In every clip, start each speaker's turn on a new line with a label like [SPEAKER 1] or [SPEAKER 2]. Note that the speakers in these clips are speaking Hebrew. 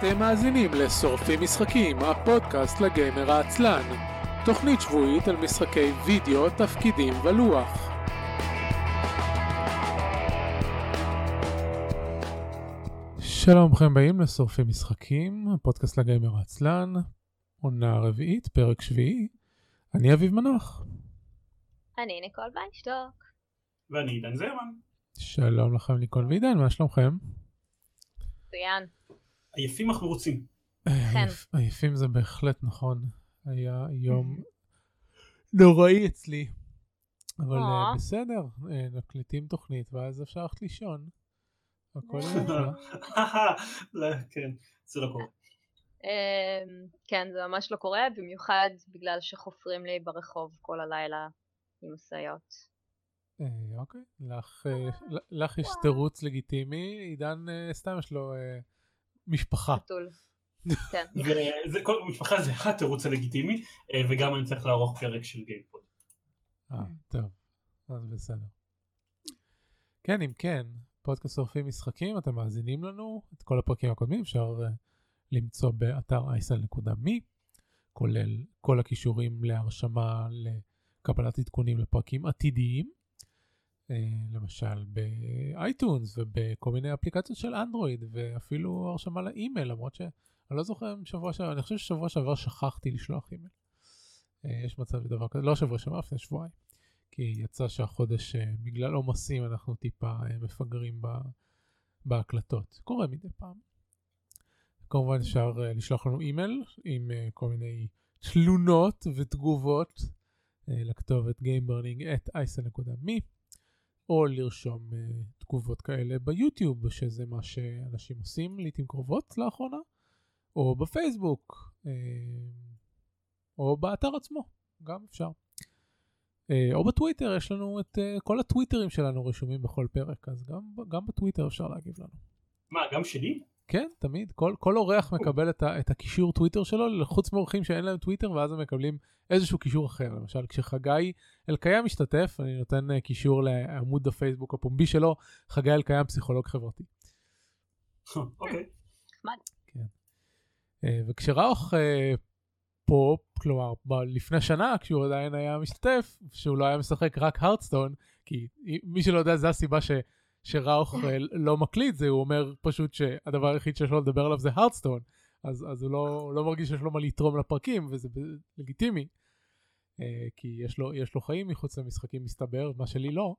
[SPEAKER 1] אתם מאזינים לשורפים משחקים, הפודקאסט לגיימר העצלן. תוכנית שבועית על משחקי וידאו, תפקידים ולוח. שלום, ברוכים הבאים לשורפים משחקים, הפודקאסט לגיימר העצלן. עונה רביעית, פרק שביעי. אני אביב מנוח.
[SPEAKER 2] אני ניקול ויינשטוק.
[SPEAKER 3] ואני עידן זרמן.
[SPEAKER 1] שלום לכם ניקול ועידן, מה שלומכם?
[SPEAKER 2] מצוין.
[SPEAKER 3] עייפים אך מרוצים.
[SPEAKER 1] עייפים זה בהחלט נכון. היה יום נוראי אצלי. אבל בסדר, נקליטים תוכנית ואז אפשר ללכת לישון. הכל נפלא.
[SPEAKER 3] כן, זה לא קורה.
[SPEAKER 2] כן, זה ממש לא קורה, במיוחד בגלל שחופרים לי ברחוב כל הלילה עם משאיות.
[SPEAKER 1] אוקיי, לך יש תירוץ לגיטימי, עידן סתם יש לו משפחה.
[SPEAKER 2] חתול. כן.
[SPEAKER 3] משפחה זה התירוץ הלגיטימי, וגם אני צריך לערוך פרק של גיימפוד.
[SPEAKER 1] טוב, אז בסדר. כן, אם כן, פודקאסט שורפים משחקים, אתם מאזינים לנו, את כל הפרקים הקודמים אפשר למצוא באתר isl.me, כולל כל הכישורים להרשמה לקבלת עדכונים לפרקים עתידיים, למשל באייטונס ובכל מיני אפליקציות של אנדרואיד, ואפילו הרשמה לאימייל, למרות שאני לא זוכר שבוע שעבר, אני חושב ששבוע שעבר שכחתי לשלוח אימייל. יש מצב לדבר כזה, לא שבוע שעבר, לפני שבועיים, כי יצא שהחודש בגלל עומסים אנחנו טיפה מפגרים בהקלטות. קורה מדי פעם. כמובן אפשר לשלוח לנו אימייל עם כל מיני תלונות ותגובות לכתובת gameburning@isl.me, או לרשום תגובות כאלה ביוטיוב, שזה מה שאנשים עושים לעתים קרובות לאחרונה, או בפייסבוק, או באתר עצמו, גם אפשר. או בטוויטר, יש לנו את כל הטוויטרים שלנו רשומים בכל פרק, אז גם בטוויטר אפשר להגיב לנו.
[SPEAKER 3] מה, גם שלי?
[SPEAKER 1] כן, תמיד. כל אורח מקבל את הקישור טוויטר שלו, חוץ מאורחים שאין להם טוויטר, ואז הם מקבלים איזשהו קישור אחר. למשל, כשחגי אלקיים משתתף, אני נותן קישור לעמוד הפייסבוק הפומבי שלו, חגי אלקיים פסיכולוג חברתי.
[SPEAKER 3] אוקיי.
[SPEAKER 1] כן. וכשראוך פה, כלומר, לפני שנה, כשהוא עדיין היה משתתף, שהוא לא היה משחק רק הרדסטון, כי מי שלא יודע, זה הסיבה שראוך לא מקליט, זה הוא אומר פשוט שהדבר היחיד שיש לו לדבר עליו זה הרדסטון, אז הוא לא מרגיש שיש לו מה לתרום לפרקים, וזה לגיטימי, כי יש לו חיים מחוץ למשחקים מסתבר, מה שלי לא.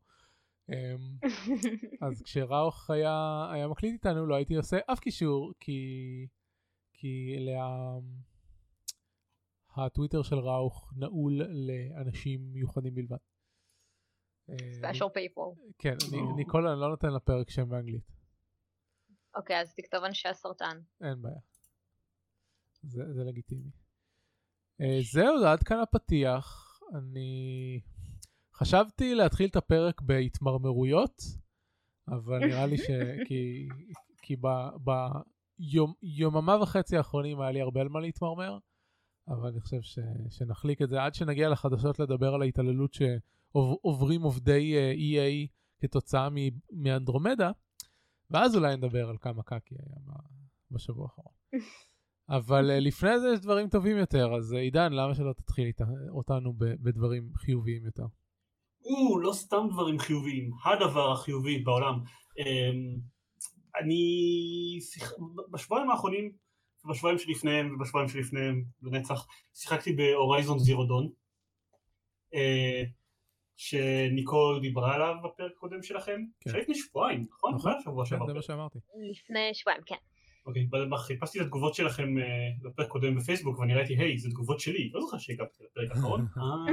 [SPEAKER 1] אז כשראוך היה מקליט איתנו, לא הייתי עושה אף קישור, כי הטוויטר של ראוך נעול לאנשים מיוחדים בלבד.
[SPEAKER 2] Special people.
[SPEAKER 1] כן, ניקול, אני לא נותן לפרק שם באנגלית.
[SPEAKER 2] אוקיי, אז תכתוב אנשי הסרטן.
[SPEAKER 1] אין בעיה. זה לגיטימי. זהו, עד כאן הפתיח. אני חשבתי להתחיל את הפרק בהתמרמרויות, אבל נראה לי כי ביוממה וחצי האחרונים היה לי הרבה על מה להתמרמר, אבל אני חושב שנחליק את זה עד שנגיע לחדשות לדבר על ההתעללות שעוברים עובדי EA כתוצאה מאנדרומדה, ואז אולי נדבר על כמה קקי היה בשבוע האחרון. אבל לפני זה יש דברים טובים יותר, אז עידן, למה שלא תתחיל אותנו בדברים חיוביים יותר?
[SPEAKER 3] לא סתם דברים חיוביים, הדבר החיובי בעולם. בשבועיים האחרונים, בשבועיים שלפניהם ובשבועיים שלפניהם לנצח, שיחקתי בהורייזון זירו דון, שניקול דיברה עליו בפרק קודם שלכם, שלפני שבועיים, נכון?
[SPEAKER 1] זה מה שאמרתי.
[SPEAKER 2] לפני שבועיים, כן.
[SPEAKER 3] אוקיי, חיפשתי את התגובות שלכם בפרק קודם בפייסבוק, ואני ראיתי, היי, זה תגובות שלי, לא זוכר שהגבתי לפרק האחרון.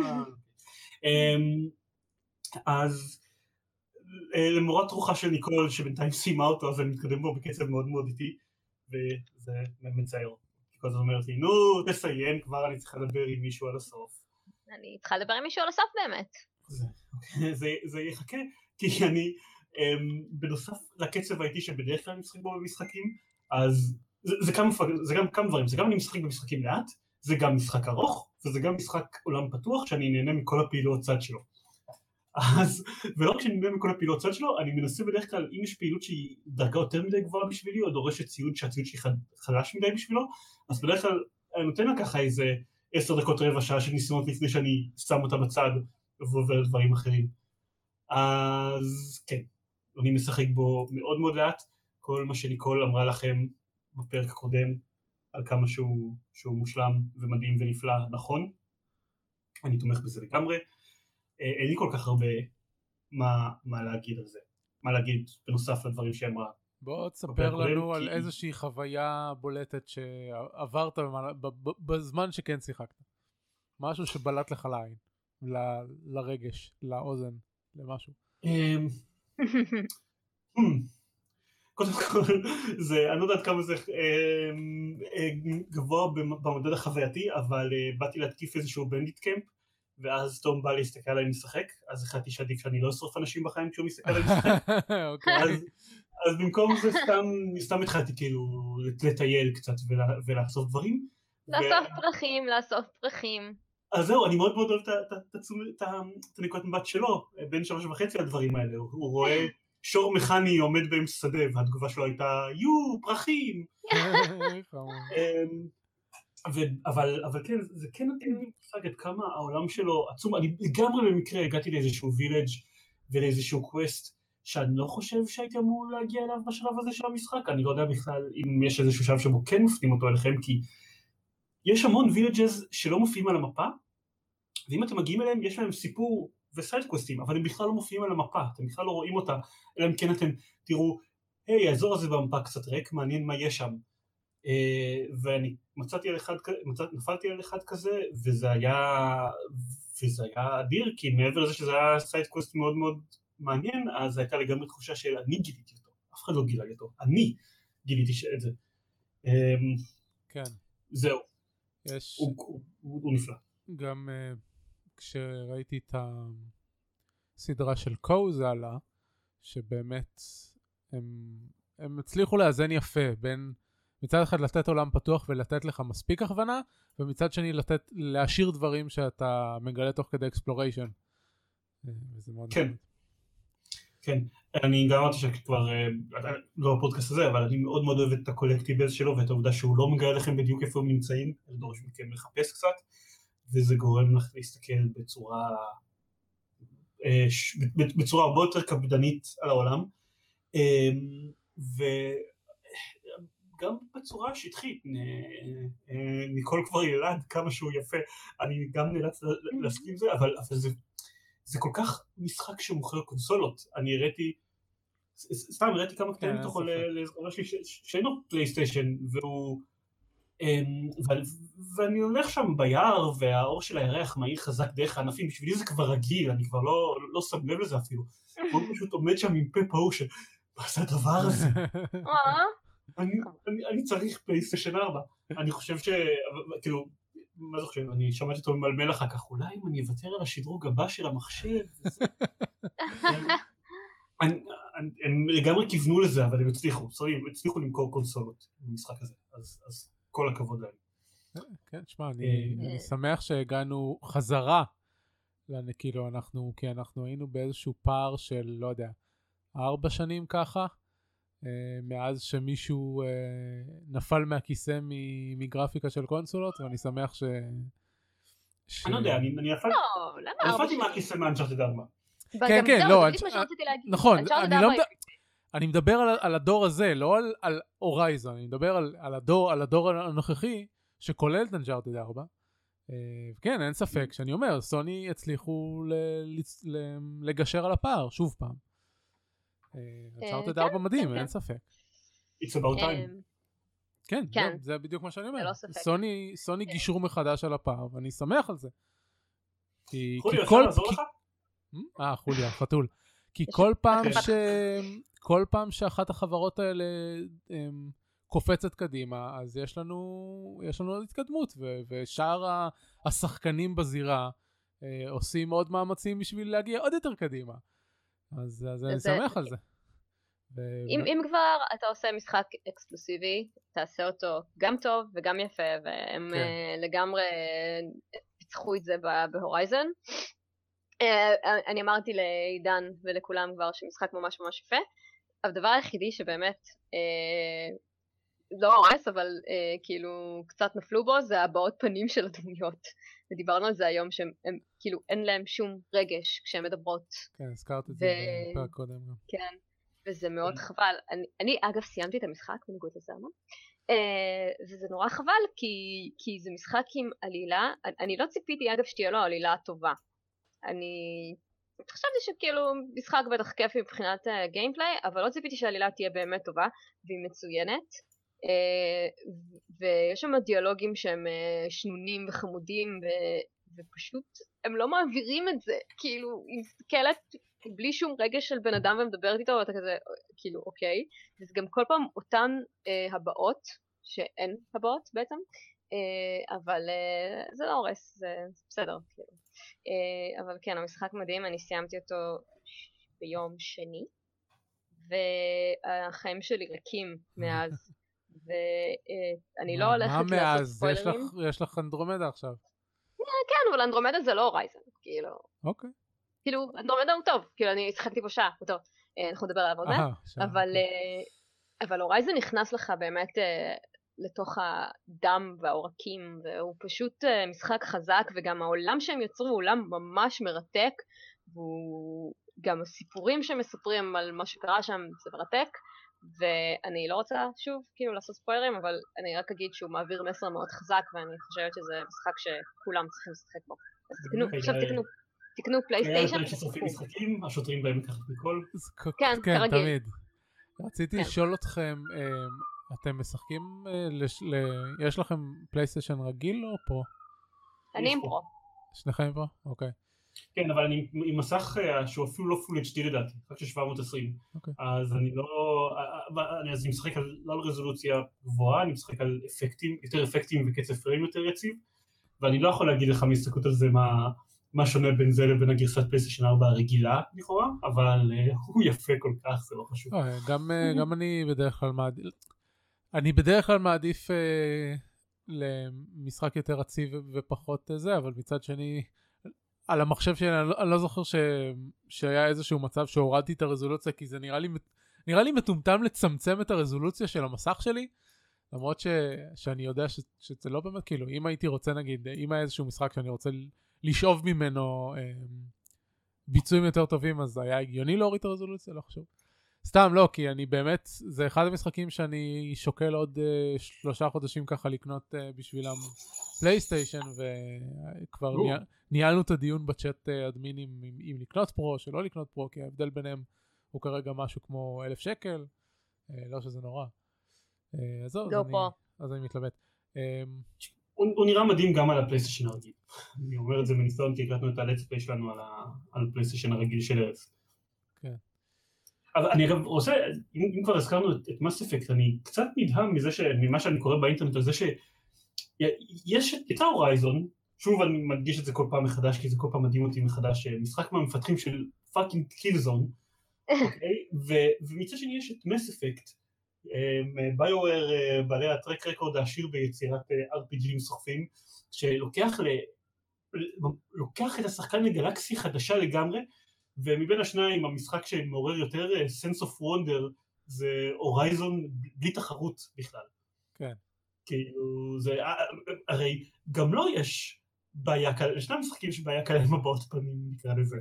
[SPEAKER 3] אז למורת רוחה של ניקול, שבינתיים סיימה אותו, אז אני מתקדם בו בקצב מאוד מאוד איטי, וזה מצער. כל הזמן אומרת לי, נו, תסיים, כבר אני צריכה לדבר עם מישהו על הסוף.
[SPEAKER 2] אני צריכה לדבר עם מישהו על הסוף באמת.
[SPEAKER 3] זה יחכה, כי אני, בנוסף לקצב האיטי שבדרך כלל אני משחק בו במשחקים, אז זה גם כמה דברים, זה גם אני משחק במשחקים לאט, זה גם משחק ארוך, וזה גם משחק עולם פתוח, שאני נהנה מכל הפעילות צד שלו. אז, ולא רק שאני נהנה מכל הפעילות צד שלו, אני מנסה בדרך כלל, אם יש פעילות שהיא דרגה יותר מדי גבוהה בשבילי, או דורשת ציוד שהציוד שלי חלש מדי בשבילו, אז בדרך כלל אני נותן לה ככה איזה 10 דקות רבע שעה של ניסיונות לפני שאני שם אותה בצד ועובר דברים אחרים. אז כן, אני משחק בו מאוד מאוד לאט, כל מה שניקול אמרה לכם בפרק הקודם, על כמה שהוא מושלם ומדהים ונפלא, נכון? אני תומך בזה לגמרי. אין לי כל כך הרבה מה להגיד על זה, מה להגיד בנוסף לדברים שאמרה.
[SPEAKER 1] בוא תספר לנו על איזושהי חוויה בולטת שעברת בזמן שכן שיחקת. משהו שבלט לך לעין, לרגש, לאוזן, למשהו.
[SPEAKER 3] קודם כל, אני לא יודעת כמה זה גבוה במודד החווייתי, אבל באתי להתקיף איזשהו בנדיט קמפ, ואז תום בא להסתכל עליי משחק, אז החלטתי שעדיף שאני לא אשרוף אנשים בחיים כשהוא מסתכל עליי משחק. אז במקום זה סתם התחלתי כאילו לטייל קצת ולאסוף דברים.
[SPEAKER 2] לאסוף פרחים.
[SPEAKER 3] אז זהו, אני מאוד מאוד אוהב את הנקודת מבט שלו, בין 3.5 הדברים האלה, הוא רואה שור מכני עומד באמצע שדה, והתגובה שלו הייתה, פרחים! אבל כן, זה כן נותן לי מושג עד כמה העולם שלו עצום. אני לגמרי במקרה הגעתי לאיזשהו וילג' ולאיזשהו קווסט שאני לא חושב שהייתי אמור להגיע אליו בשלב הזה של המשחק. אני לא יודע בכלל אם יש איזשהו שלב שבו כן מפנים אותו אליכם, כי יש המון וילג'ז שלא מופיעים על המפה, ואם אתם מגיעים אליהם יש להם סיפור וסייד קווסטים, אבל הם בכלל לא מופיעים על המפה, אתם בכלל לא רואים אותה, אלא אם כן אתם תראו, היי, האזור הזה במפה קצת ריק, מעניין מה יש שם. ואני נפלתי על אחד כזה, וזה היה אדיר, כי מעבר לזה שזה היה סייד קווסט מאוד מאוד מעניין, אז הייתה לגמרי תחושה של אני גיליתי אותו, אף אחד לא גילה אותו, אני גיליתי את זה.
[SPEAKER 1] כן.
[SPEAKER 3] זהו. הוא נפלא.
[SPEAKER 1] גם כשראיתי את הסדרה של קו זה עלה, שבאמת הם הצליחו לאזן יפה בין מצד אחד לתת עולם פתוח ולתת לך מספיק הכוונה, ומצד שני להשאיר דברים שאתה מגלה תוך כדי אקספלוריישן. וזה מאוד
[SPEAKER 3] כן. כן, אני גם אמרתי שכבר, לא בפודקאסט הזה, אבל אני מאוד מאוד אוהב את הקולקטיבז שלו, ואת העובדה שהוא לא מגלה לכם בדיוק איפה הם נמצאים, זה דורש מכם לחפש קצת, וזה גורם לך להסתכל בצורה הרבה יותר קפדנית על העולם, וגם בצורה שטחית. ניקול כבר ילד כמה שהוא יפה, אני גם נאלץ להסכים זה, אבל זה כל כך משחק שמוכר קונסולות. אני הראיתי כמה קטעים מתוכו לאזכורה שלי שאינו פלייסטיישן, ואני הולך שם ביער, והאור של הירח מהיר חזק דרך הענפים, בשבילי זה כבר רגיל, אני כבר לא שם לב לזה אפילו. הוא פשוט עומד שם עם פה פעור של, מה זה הדבר הזה? אני צריך פלייסטיישן 4. אני חושב כאילו, מה זה חושב? אני שמעתי אותו ממלמל אחר כך, אולי אם אני אוותר על השדרוג הבא של המחשב. הם לגמרי כיוונו לזה, אבל הם הצליחו למכור קונסולות במשחק הזה, אז כל הכבוד להם.
[SPEAKER 1] כן, תשמע, אני שמח שהגענו חזרה, כי אנחנו היינו באיזשהו פער של, לא יודע, 4 שנים ככה, מאז שמישהו נפל מהכיסא מגרפיקה של קונסולות, ואני שמח
[SPEAKER 3] אני לא יודע, אני נפלתי מהכיסא מאנצ'ארטד 4.
[SPEAKER 1] כן, לא, נכון, אני מדבר על הדור הזה, לא על הורייזון, אני מדבר על הדור הנוכחי, שכולל את אנצ'ארטד 4. כן, אין ספק שאני אומר, סוני הצליחו לגשר על הפער, שוב פעם. אנצ'ארטד 4 מדהים, אין ספק.
[SPEAKER 3] It's about time.
[SPEAKER 1] כן, זה בדיוק מה שאני אומר. סוני גישרו מחדש על הפער, ואני שמח על זה.
[SPEAKER 3] חולי, אפשר לעזור לך?
[SPEAKER 1] חולי, החתול. כי כל פעם שאחת החברות האלה קופצת קדימה, אז יש לנו עוד התקדמות, ושאר השחקנים בזירה עושים עוד מאמצים בשביל להגיע עוד יותר קדימה. אז אני שמח על זה.
[SPEAKER 2] אם כבר אתה עושה משחק אקסקלוסיבי, תעשה אותו גם טוב וגם יפה, והם לגמרי פיצחו את זה בהורייזן. אני אמרתי לעידן ולכולם כבר שמשחק ממש ממש יפה. הדבר היחידי שבאמת לא הורס, אבל כאילו קצת נפלו בו, זה הבעות פנים של הדמויות. ודיברנו על זה היום, שהם כאילו אין להם שום רגש כשהן מדברות.
[SPEAKER 1] כן, הזכרת את זה בפרק קודם גם.
[SPEAKER 2] כן, וזה מאוד חבל. אני אגב סיימתי את המשחק בניגוד לזרמה, וזה נורא חבל, כי זה משחק עם עלילה. אני לא ציפיתי אגב שתהיה לו עלילה טובה. אני חשבתי שכאילו משחק בטח כיף מבחינת גיימפליי, אבל לא ציפיתי שהעלילה תהיה באמת טובה, והיא מצוינת. ויש שם דיאלוגים שהם שנונים וחמודים, ופשוט הם לא מעבירים את זה. כאילו, היא מסתכלת בלי שום רגש של בן אדם ומדברת איתו, ואתה כזה, כאילו, אוקיי. וזה גם כל פעם אותן הבאות, שאין הבאות בעצם, אבל זה לא הורס, זה בסדר. כאילו. אבל כן, המשחק מדהים, אני סיימתי אותו ביום שני, והחיים שלי ריקים מאז. ואני לא הולכת לעשות ספוילרים.
[SPEAKER 1] מה מאז? יש לך אנדרומדה עכשיו.
[SPEAKER 2] כן, אבל אנדרומדה זה לא הורייזן, כאילו.
[SPEAKER 1] אוקיי.
[SPEAKER 2] כאילו, אנדרומדה הוא טוב, כאילו אני שחקתי בו שעה, הוא טוב. אנחנו נדבר עליו הרבה. אבל הורייזן נכנס לך באמת לתוך הדם והעורקים, והוא פשוט משחק חזק, וגם העולם שהם יצרו הוא עולם ממש מרתק, וגם הסיפורים שהם מספרים על מה שקרה שם זה מרתק, ואני לא רוצה שוב כאילו לעשות ספוילרים, אבל אני רק אגיד שהוא מעביר מסר מאוד חזק, ואני חושבת שזה משחק שכולם צריכים לשחק בו. אז עכשיו תקנו פלייסטיישן.
[SPEAKER 3] היה ששורפים משחקים, השוטרים בהם ככה מכל.
[SPEAKER 2] כן, כרגיל.
[SPEAKER 1] תמיד. רציתי לשאול אתכם, אתם משחקים, יש לכם פלייסטיישן רגיל או פרו?
[SPEAKER 2] אני עם פרו.
[SPEAKER 1] שניכם פרו? אוקיי.
[SPEAKER 3] כן, אבל אני עם מסך שהוא אפילו לא פול HD לדעתי, רק של 720. אז אני לא, אז אני משחק לא על רזולוציה גבוהה, אני משחק על אפקטים, יותר אפקטים וקצב פריים יותר יציב, ואני לא יכול להגיד לך מהסתכלות על זה מה שונה בין זה לבין הגרסת פלייסטיישן 4 הרגילה לכאורה, אבל הוא יפה כל כך, זה לא חשוב.
[SPEAKER 1] גם אני בדרך כלל מעדיף למשחק יותר רציב ופחות זה, אבל מצד שני, על המחשב שלי, אני לא זוכר שהיה איזשהו מצב שהורדתי את הרזולוציה, כי זה נראה לי מטומטם לצמצם את הרזולוציה של המסך שלי, למרות שאני יודע שזה לא באמת, כאילו, אם הייתי רוצה, נגיד, אם היה איזשהו משחק שאני רוצה לשאוב ממנו ביצועים יותר טובים, אז היה הגיוני להוריד את הרזולוציה, לא חשוב. סתם לא, כי אני באמת, זה אחד המשחקים שאני שוקל עוד 3 חודשים ככה לקנות בשבילם פלייסטיישן, וכבר ניהלנו את הדיון בצ'אט אדמינים אם לקנות פרו או שלא לקנות פרו, כי ההבדל ביניהם הוא כרגע משהו כמו 1,000 שקל, לא שזה נורא. אז אני מתלבט.
[SPEAKER 3] הוא נראה מדהים גם על הפלייסטיישן הרגיל. אני אומר את זה מניסיון, כי הקלטנו את הלטספליי שלנו על הפלייסטיישן הרגיל של ארץ. כן. אבל אני אגב רוצה, אם כבר הזכרנו את Mass Effect, אני קצת נדהם ממה שאני קורא באינטרנט על זה שיש את ההורייזון, שוב אני מדגיש את זה כל פעם מחדש, כי זה כל פעם מדהים אותי מחדש, משחק מהמפתחים של פאקינג קילזון, אוקיי? ומצד שני יש את Mass Effect, ביואר בעלי הטרק רקורד העשיר ביצירת RPGים סוחפים, שלוקח את השחקן לגלקסיה חדשה לגמרי, ומבין השניים המשחק שמעורר יותר sense of wonder זה הורייזון בלי תחרות בכלל.
[SPEAKER 1] כן.
[SPEAKER 3] כאילו זה, הרי גם לא יש בעיה כאלה, ישנם משחקים שבעיה כאלה עם הבעות פנים נקרא לזה,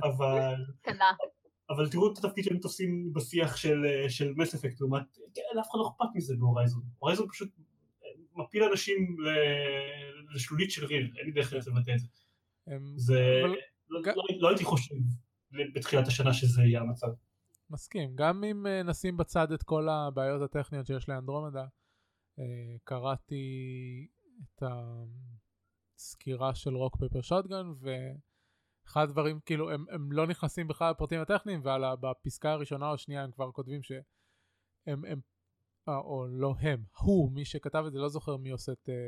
[SPEAKER 3] אבל תראו את התפקיד שהם תופסים בשיח של Mass Effect, לעומת, לאף אחד לא אכפת מזה בהורייזון. הורייזון פשוט מפיל אנשים לשלולית של ריל, אין לי דרך לבטא את זה. זה, לא הייתי חושב בתחילת השנה שזה יהיה המצב.
[SPEAKER 1] מסכים, גם אם נשים בצד את כל הבעיות הטכניות שיש לאנדרומדה, קראתי את הסקירה של רוק פייפר שוטגן, ואחד הדברים, כאילו, הם לא נכנסים בכלל לפרטים הטכניים, ובפסקה הראשונה או השנייה הם כבר כותבים שהם, או לא הם, הוא, מי שכתב את זה, לא זוכר מי עושה את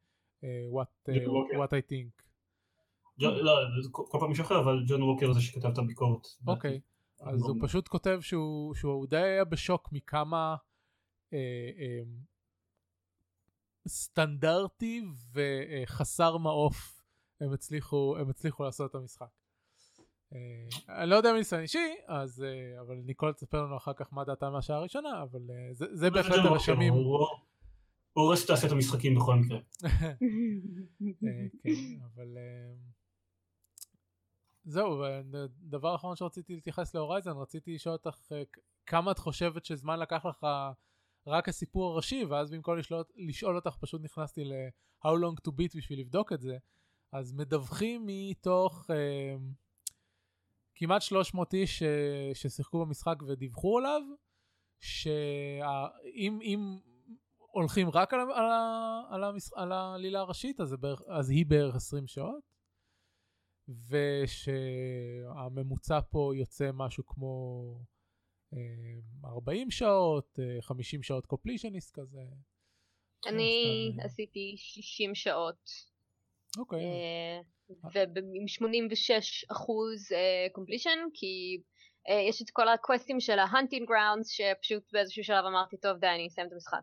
[SPEAKER 1] what I think.
[SPEAKER 3] לא, כל פעם מישהו אחר, אבל ג'ון ווקר זה שכתב את הביקורת.
[SPEAKER 1] אוקיי, אז הוא פשוט כותב שהוא די היה בשוק מכמה סטנדרטי וחסר מעוף הם הצליחו לעשות את המשחק. אני לא יודע מניסיון אישי, אבל ניקול תספר לנו אחר כך מה דעתה מהשעה הראשונה, אבל זה בהחלט הרשמים.
[SPEAKER 3] הוא הורס תעשיית המשחקים בכל מקרה.
[SPEAKER 1] כן, אבל זהו, דבר אחרון שרציתי להתייחס להורייזן, רציתי לשאול אותך כמה את חושבת שזמן לקח לך רק הסיפור הראשי, ואז במקום לשאול אותך פשוט נכנסתי ל-How long to beat בשביל לבדוק את זה, אז מדווחים מתוך כמעט 300 איש ששיחקו במשחק ודיווחו עליו, שאם הולכים רק על הלילה הראשית, אז היא בערך 20 שעות, ושהממוצע פה יוצא משהו כמו 40 שעות, 50 שעות קופלישניסט כזה.
[SPEAKER 2] אני עשיתי 60 שעות.
[SPEAKER 1] אוקיי.
[SPEAKER 2] ועם 86% קומפלישן, כי יש את כל הקווסטים של ה-hunting grounds, שפשוט באיזשהו שלב אמרתי, טוב די, אני אסיים את המשחק.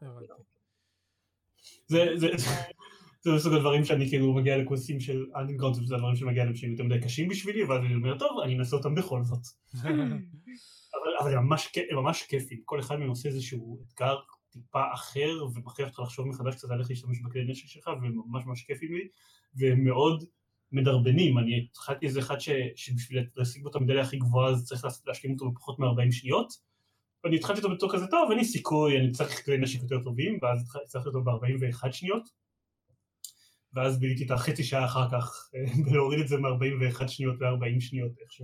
[SPEAKER 3] זה מסוג הדברים שאני כאילו מגיע לקווסטים של hunting grounds, וזה הדברים שמגיע להם שהם יותר מדי קשים בשבילי, ואז אני אומר, טוב, אני אנסה אותם בכל זאת. אבל הם ממש כיפים, כל אחד מהם עושה איזשהו אתגר טיפה אחר, ומכריח אותך לחשוב מחדש קצת על איך להשתמש בכלי נשק שלך, והם ממש כיפים לי, והם מאוד מדרבנים. אני התחלתי איזה אחד שבשביל להשיג בו את המדליה הכי גבוהה, אז צריך להשלים אותו בפחות מ-40 שניות, ואני התחלתי אותו בתור כזה טוב, ואני סיכוי, אני צריך כלי נשק יותר טובים, ואז הצלחתי אותו ב-41 שניות, ואז ביליתי את החצי שעה אחר כך, ולהוריד את זה מ-41 שניות ל-40 שניות איכשהו.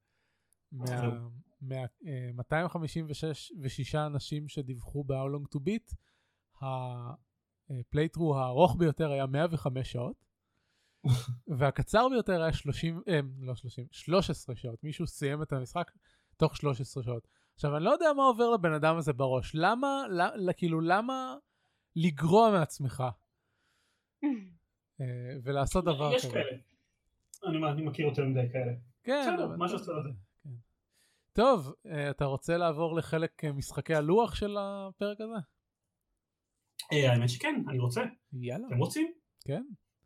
[SPEAKER 1] 256 אנשים שדיווחו ב-How long to beat, הפלייטרו הארוך ביותר היה 105 שעות, והקצר ביותר היה 13 שעות. מישהו סיים את המשחק תוך 13 שעות. עכשיו, אני לא יודע מה עובר לבן אדם הזה בראש. למה לגרוע מעצמך ולעשות דבר כזה?
[SPEAKER 3] יש כאלה. אני מכיר יותר מדי כאלה.
[SPEAKER 1] כן.
[SPEAKER 3] מה שעושה לזה.
[SPEAKER 1] טוב, אתה רוצה לעבור לחלק משחקי הלוח של הפרק הזה?
[SPEAKER 3] האמת שכן, אני רוצה.
[SPEAKER 1] יאללה.
[SPEAKER 3] אתם רוצים?
[SPEAKER 1] כן.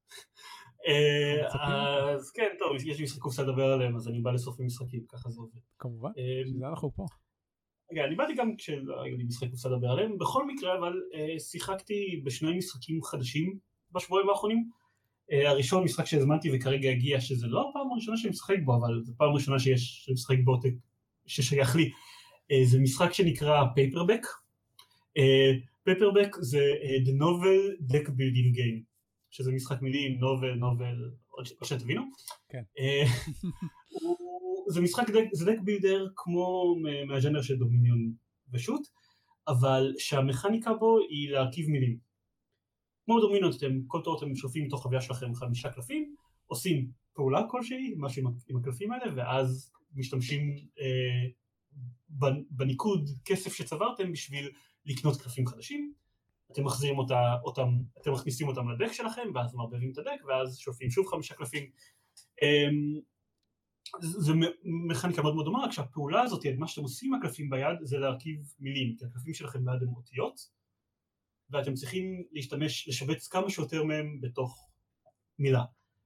[SPEAKER 3] אז כן, טוב, יש לי משחק קופסה לדבר עליהם, אז אני בא לסוף המשחקים, ככה זה עובד.
[SPEAKER 1] כמובן, שזה אנחנו פה.
[SPEAKER 3] אני באתי גם כשהיו לי משחק קופסה לדבר עליהם, בכל מקרה, אבל שיחקתי בשני משחקים חדשים בשבועים האחרונים. הראשון משחק שהזמנתי וכרגע הגיע, שזה לא הפעם הראשונה שאני משחק בו, אבל זו פעם ראשונה שיש משחק בו ששייך לי. זה משחק שנקרא פייפרבק. פייפרבק זה The Novel Deck Building Game, שזה משחק מילים, נובל, עוד שתבינו.
[SPEAKER 1] כן.
[SPEAKER 3] זה משחק, זה דק בילדר כמו מהז'אנר של דומיניון ושוט, אבל שהמכניקה בו היא להרכיב מילים. כמו דומיניון, כל תור אתם שופים מתוך חוויה שלכם 5 קלפים, עושים פעולה כלשהי, משהו עם הקלפים האלה, ואז משתמשים בניקוד כסף שצברתם בשביל לקנות קלפים חדשים. אתם מחזירים אותם, אתם מכניסים אותם לדק שלכם, ואז מערבבים את הדק, ואז שופים שוב 5 קלפים. זה מכניקה מאוד מאוד דומה, רק שהפעולה הזאת, מה שאתם עושים עם הקלפים ביד, זה להרכיב מילים, כי הקלפים שלכם ביד הם אותיות, ואתם צריכים לשבץ כמה שיותר מהם בתוך מילה.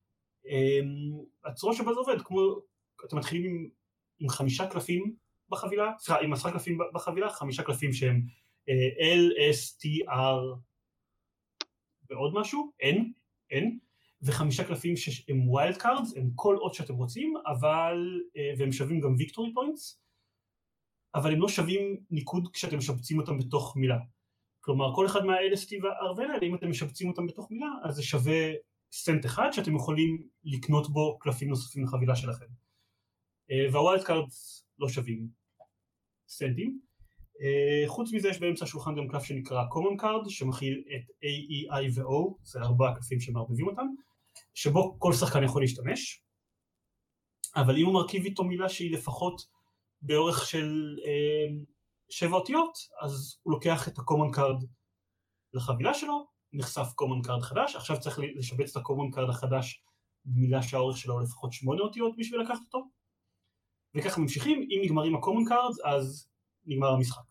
[SPEAKER 3] הצורה שבה זה עובד, כמו, אתם מתחילים עם 5 קלפים בחבילה, סליחה, עם 10 קלפים בחבילה, 5 קלפים שהם L, S, T, R ועוד משהו, N, ו5 קלפים שהם ווילד קארדס, הם כל עוד שאתם רוצים, והם שווים גם ויקטורי פוינטס, אבל הם לא שווים ניקוד כשאתם משבצים אותם בתוך מילה. כלומר, כל אחד מה-L, S, T ו-R האלה, אם אתם משבצים אותם בתוך מילה, אז זה שווה סנט אחד שאתם יכולים לקנות בו קלפים נוספים לחבילה שלכם. והווילד קארדס לא שווים סנטים. חוץ מזה יש באמצע השולחן גם קלף שנקרא common card שמכיל את A, E, I ו-O, זה 4 קלפים שמערבבים אותם, שבו כל שחקן יכול להשתמש, אבל אם הוא מרכיב איתו מילה שהיא לפחות באורך של 7 אותיות, אז הוא לוקח את ה-common card לחבילה שלו, נחשף common card חדש, עכשיו צריך לשבץ את ה-common card החדש במילה שהאורך שלו לפחות 8 אותיות בשביל לקחת אותו, וככה ממשיכים. אם נגמרים ה-common cards אז נגמר המשחק.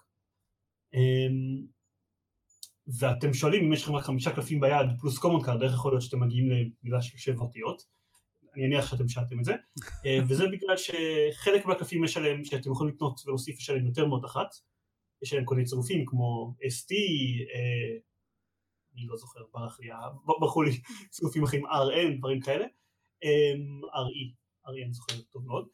[SPEAKER 3] ואתם שואלים אם יש לכם רק 5 קלפים ביד פלוס common card, איך יכול להיות שאתם מגיעים למילה של 7 אותיות? אני אניח שאתם שאלתם את זה, וזה בגלל שחלק מהקלפים יש עליהם, שאתם יכולים לקנות ולהוסיף, יש עליהם יותר מאוד אחת, יש עליהם כל מיני צירופים כמו ST, אני לא זוכר, ברחו לי צירופים אחרים, RN, דברים כאלה, RE, זוכר טוב מאוד,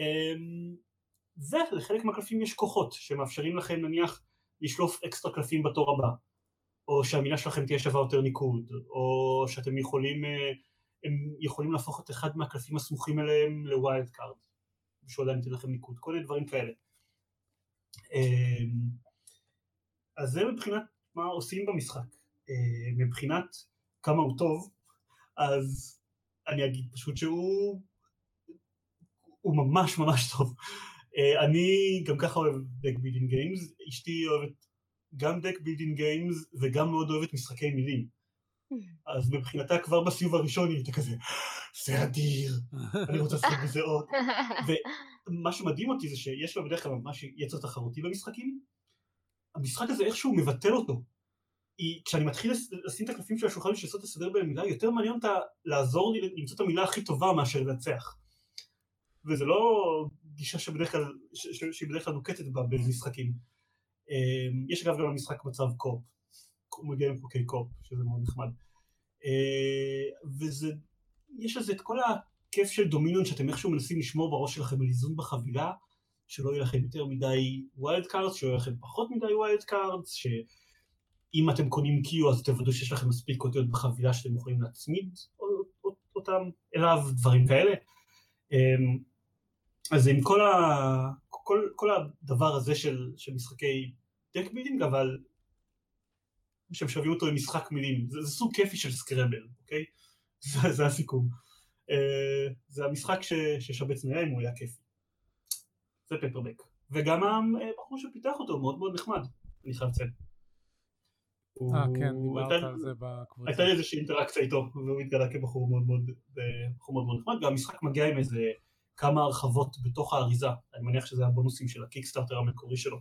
[SPEAKER 3] ולחלק מהקלפים יש כוחות שמאפשרים לכם נניח לשלוף אקסטרה קלפים בתור הבא, או שהמילה שלכם תהיה שווה יותר ניקוד, או שאתם יכולים להפוך את אחד מהקלפים הסמוכים אליהם לווילד קארד, ושהוא עדיין ייתן לכם ניקוד, כל מיני דברים כאלה. אז זה מבחינת מה עושים במשחק. מבחינת כמה הוא טוב, אז אני אגיד פשוט שהוא ממש ממש טוב. אני גם ככה אוהב דק בילדינג גיימס, אשתי אוהבת גם דק בילדינג גיימס וגם מאוד אוהבת משחקי מילים. אז מבחינתה כבר בסיבוב הראשון היא הייתה כזה, זה אדיר, אני רוצה לשחק בזה עוד. ומה שמדהים אותי זה שיש לה בדרך כלל ממש יצר תחרותי במשחקים, המשחק הזה איכשהו מבטל אותו. כשאני מתחיל לשים את הקלפים של השולחן ולעשות לסדר בהם מילה, יותר מעניין אותה לעזור לי למצוא את המילה הכי טובה מאשר לנצח. וזה לא גישה שהיא בדרך כלל נוקטת בה במשחקים. יש אגב גם במשחק מצב קופ, הוא מגיע עם חוקי קופ, שזה מאוד נחמד. ויש לזה את כל הכיף של דומינון שאתם איכשהו מנסים לשמור בראש שלכם על איזון בחבילה, שלא יהיה לכם יותר מדי ווילד קארדס, שלא יהיה לכם פחות מדי ווילד קארדס, שאם אתם קונים קיו אז תוודאו שיש לכם מספיק אותיות בחבילה שאתם יכולים להצמיד אותם אליו, דברים כאלה. אז עם כל הדבר הזה של משחקי דק בילדינג, אבל שהם שווים אותו עם משחק מילים, זה סוג כיפי של סקרבל, אוקיי? זה הסיכום. זה המשחק ששבץ נראה אם הוא היה כיפי. זה פפרבק. וגם הבחור שפיתח אותו מאוד מאוד נחמד, אני חייב לציין.
[SPEAKER 1] כן, דיברת על זה בקבוצה.
[SPEAKER 3] הייתה לי איזושהי אינטראקציה איתו, והוא התגלה כבחור מאוד מאוד נחמד, והמשחק מגיע עם איזה כמה הרחבות בתוך האריזה, אני מניח שזה הבונוסים של הקיקסטארטר המקורי שלו.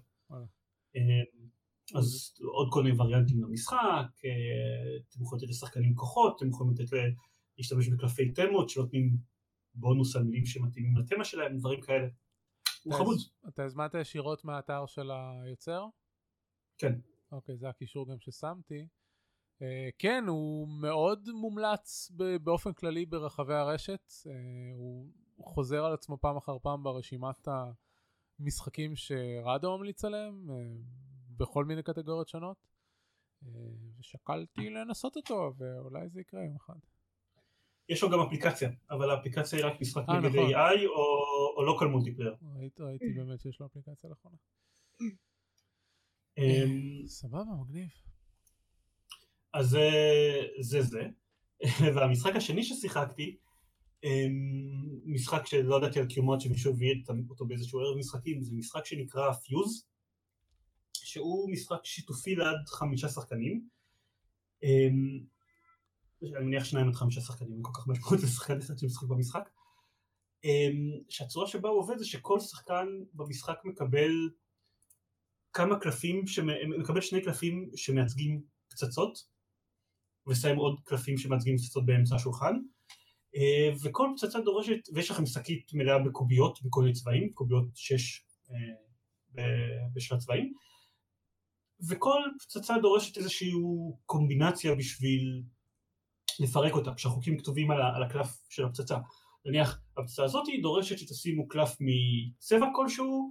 [SPEAKER 3] אז עוד כל מיני וריאנטים למשחק, אתם יכולים לתת לשחקנים כוחות, אתם יכולים להשתמש בקלפי תמות שנותנים בונוס על מילים שמתאימים לתמה שלהם, דברים כאלה. הוא חמוד.
[SPEAKER 1] אתה הזמנת ישירות מהאתר של היוצר?
[SPEAKER 3] כן.
[SPEAKER 1] אוקיי, זה הקישור גם ששמתי. כן, הוא מאוד מומלץ באופן כללי ברחבי הרשת. הוא חוזר על עצמו פעם אחר פעם ברשימת המשחקים שרדו ממליץ עליהם, בכל מיני קטגוריות שונות. ושקלתי לנסות אותו, ואולי זה יקרה יום אחד.
[SPEAKER 3] יש לו גם אפליקציה, אבל האפליקציה היא רק משחק נגד AI או לוקל מולטיפלייר.
[SPEAKER 1] ראיתי באמת שיש לו אפליקציה לאחרונה. סבבה, מגניב.
[SPEAKER 3] אז זה. והמשחק השני ששיחקתי, משחק שלא ידעתי על קיומו, שמישהו הביא אותו באיזשהו ערב משחקים, זה משחק שנקרא פיוז, שהוא משחק שיתופי לעד 5 שחקנים. אני מניח 2 עד 5 שחקנים, כל כך משמעות לשחקן אחד שמשחק במשחק. שהצורה שבה הוא עובד זה שכל שחקן במשחק מקבל כמה קלפים, מקבל 2 קלפים שמייצגים פצצות, ושם עוד קלפים שמייצגים פצצות באמצע השולחן, וכל פצצה דורשת, ויש לכם שקית מלאה בקוביות, בכל מיני צבעים, קוביות 6 בשל הצבעים, וכל פצצה דורשת איזושהי קומבינציה בשביל לפרק אותה, כשהחוקים כתובים על הקלף של הפצצה. נניח, הפצצה הזאת דורשת שתשימו קלף מצבע כלשהו,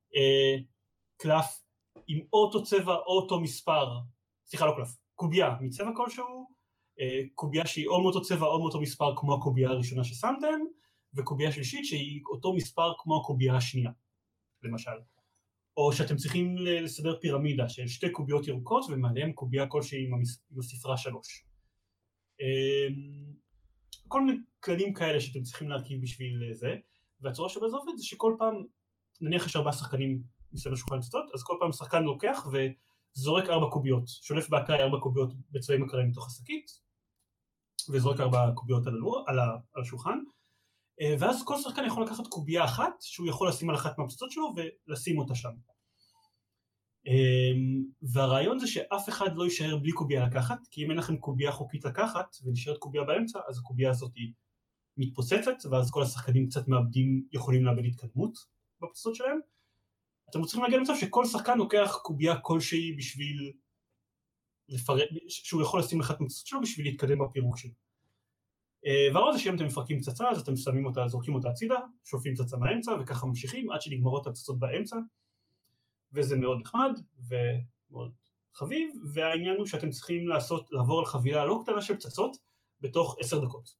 [SPEAKER 3] קלף עם אותו צבע או אותו מספר, סליחה לא קלף, קוביה מצבע כלשהו, קוביה שהיא או מאותו צבע או מאותו מספר כמו הקוביה הראשונה ששמתם, וקוביה שלישית שהיא אותו מספר כמו הקוביה השנייה, למשל. או שאתם צריכים לסדר פירמידה של 2 קוביות ירוקות ומעליהם קוביה כלשהי עם הספרה 3. כל מיני כללים כאלה שאתם צריכים להרכיב בשביל זה, והצורה שבה זה עובד זה שכל פעם, נניח יש 4 שחקנים מסביב לשולחן פצצות, אז כל פעם שחקן לוקח וזורק 4 קוביות, שולף באקראי 4 קוביות בצבעים אקראיים מתוך השקית, וזורק 4 קוביות על השולחן, ואז כל שחקן יכול לקחת קוביה אחת, שהוא יכול לשים על אחת מהפצצות שלו ולשים אותה שם. והרעיון זה שאף אחד לא יישאר בלי קוביה לקחת, כי אם אין לכם קוביה חוקית לקחת ונשארת קוביה באמצע, אז הקוביה הזאת היא מתפוצצת, ואז כל השחקנים קצת יכולים לאבד התקדמות בפצצות שלהם. אתם צריכים להגיע למצב שכל שחקן לוקח קובייה כלשהי בשביל שהוא יכול לשים לך את הפצצות שלו בשביל להתקדם בפירוק שלו. והרעיון זה שאם אתם מפרקים פצצה, אז אתם שמים אותה, זורקים אותה הצידה, שולפים פצצה מהאמצע, וככה ממשיכים עד שנגמרות הפצצות באמצע, וזה מאוד נחמד ומאוד חביב, והעניין הוא שאתם צריכים לעבור על חבילה לא קטנה של פצצות בתוך 10 דקות.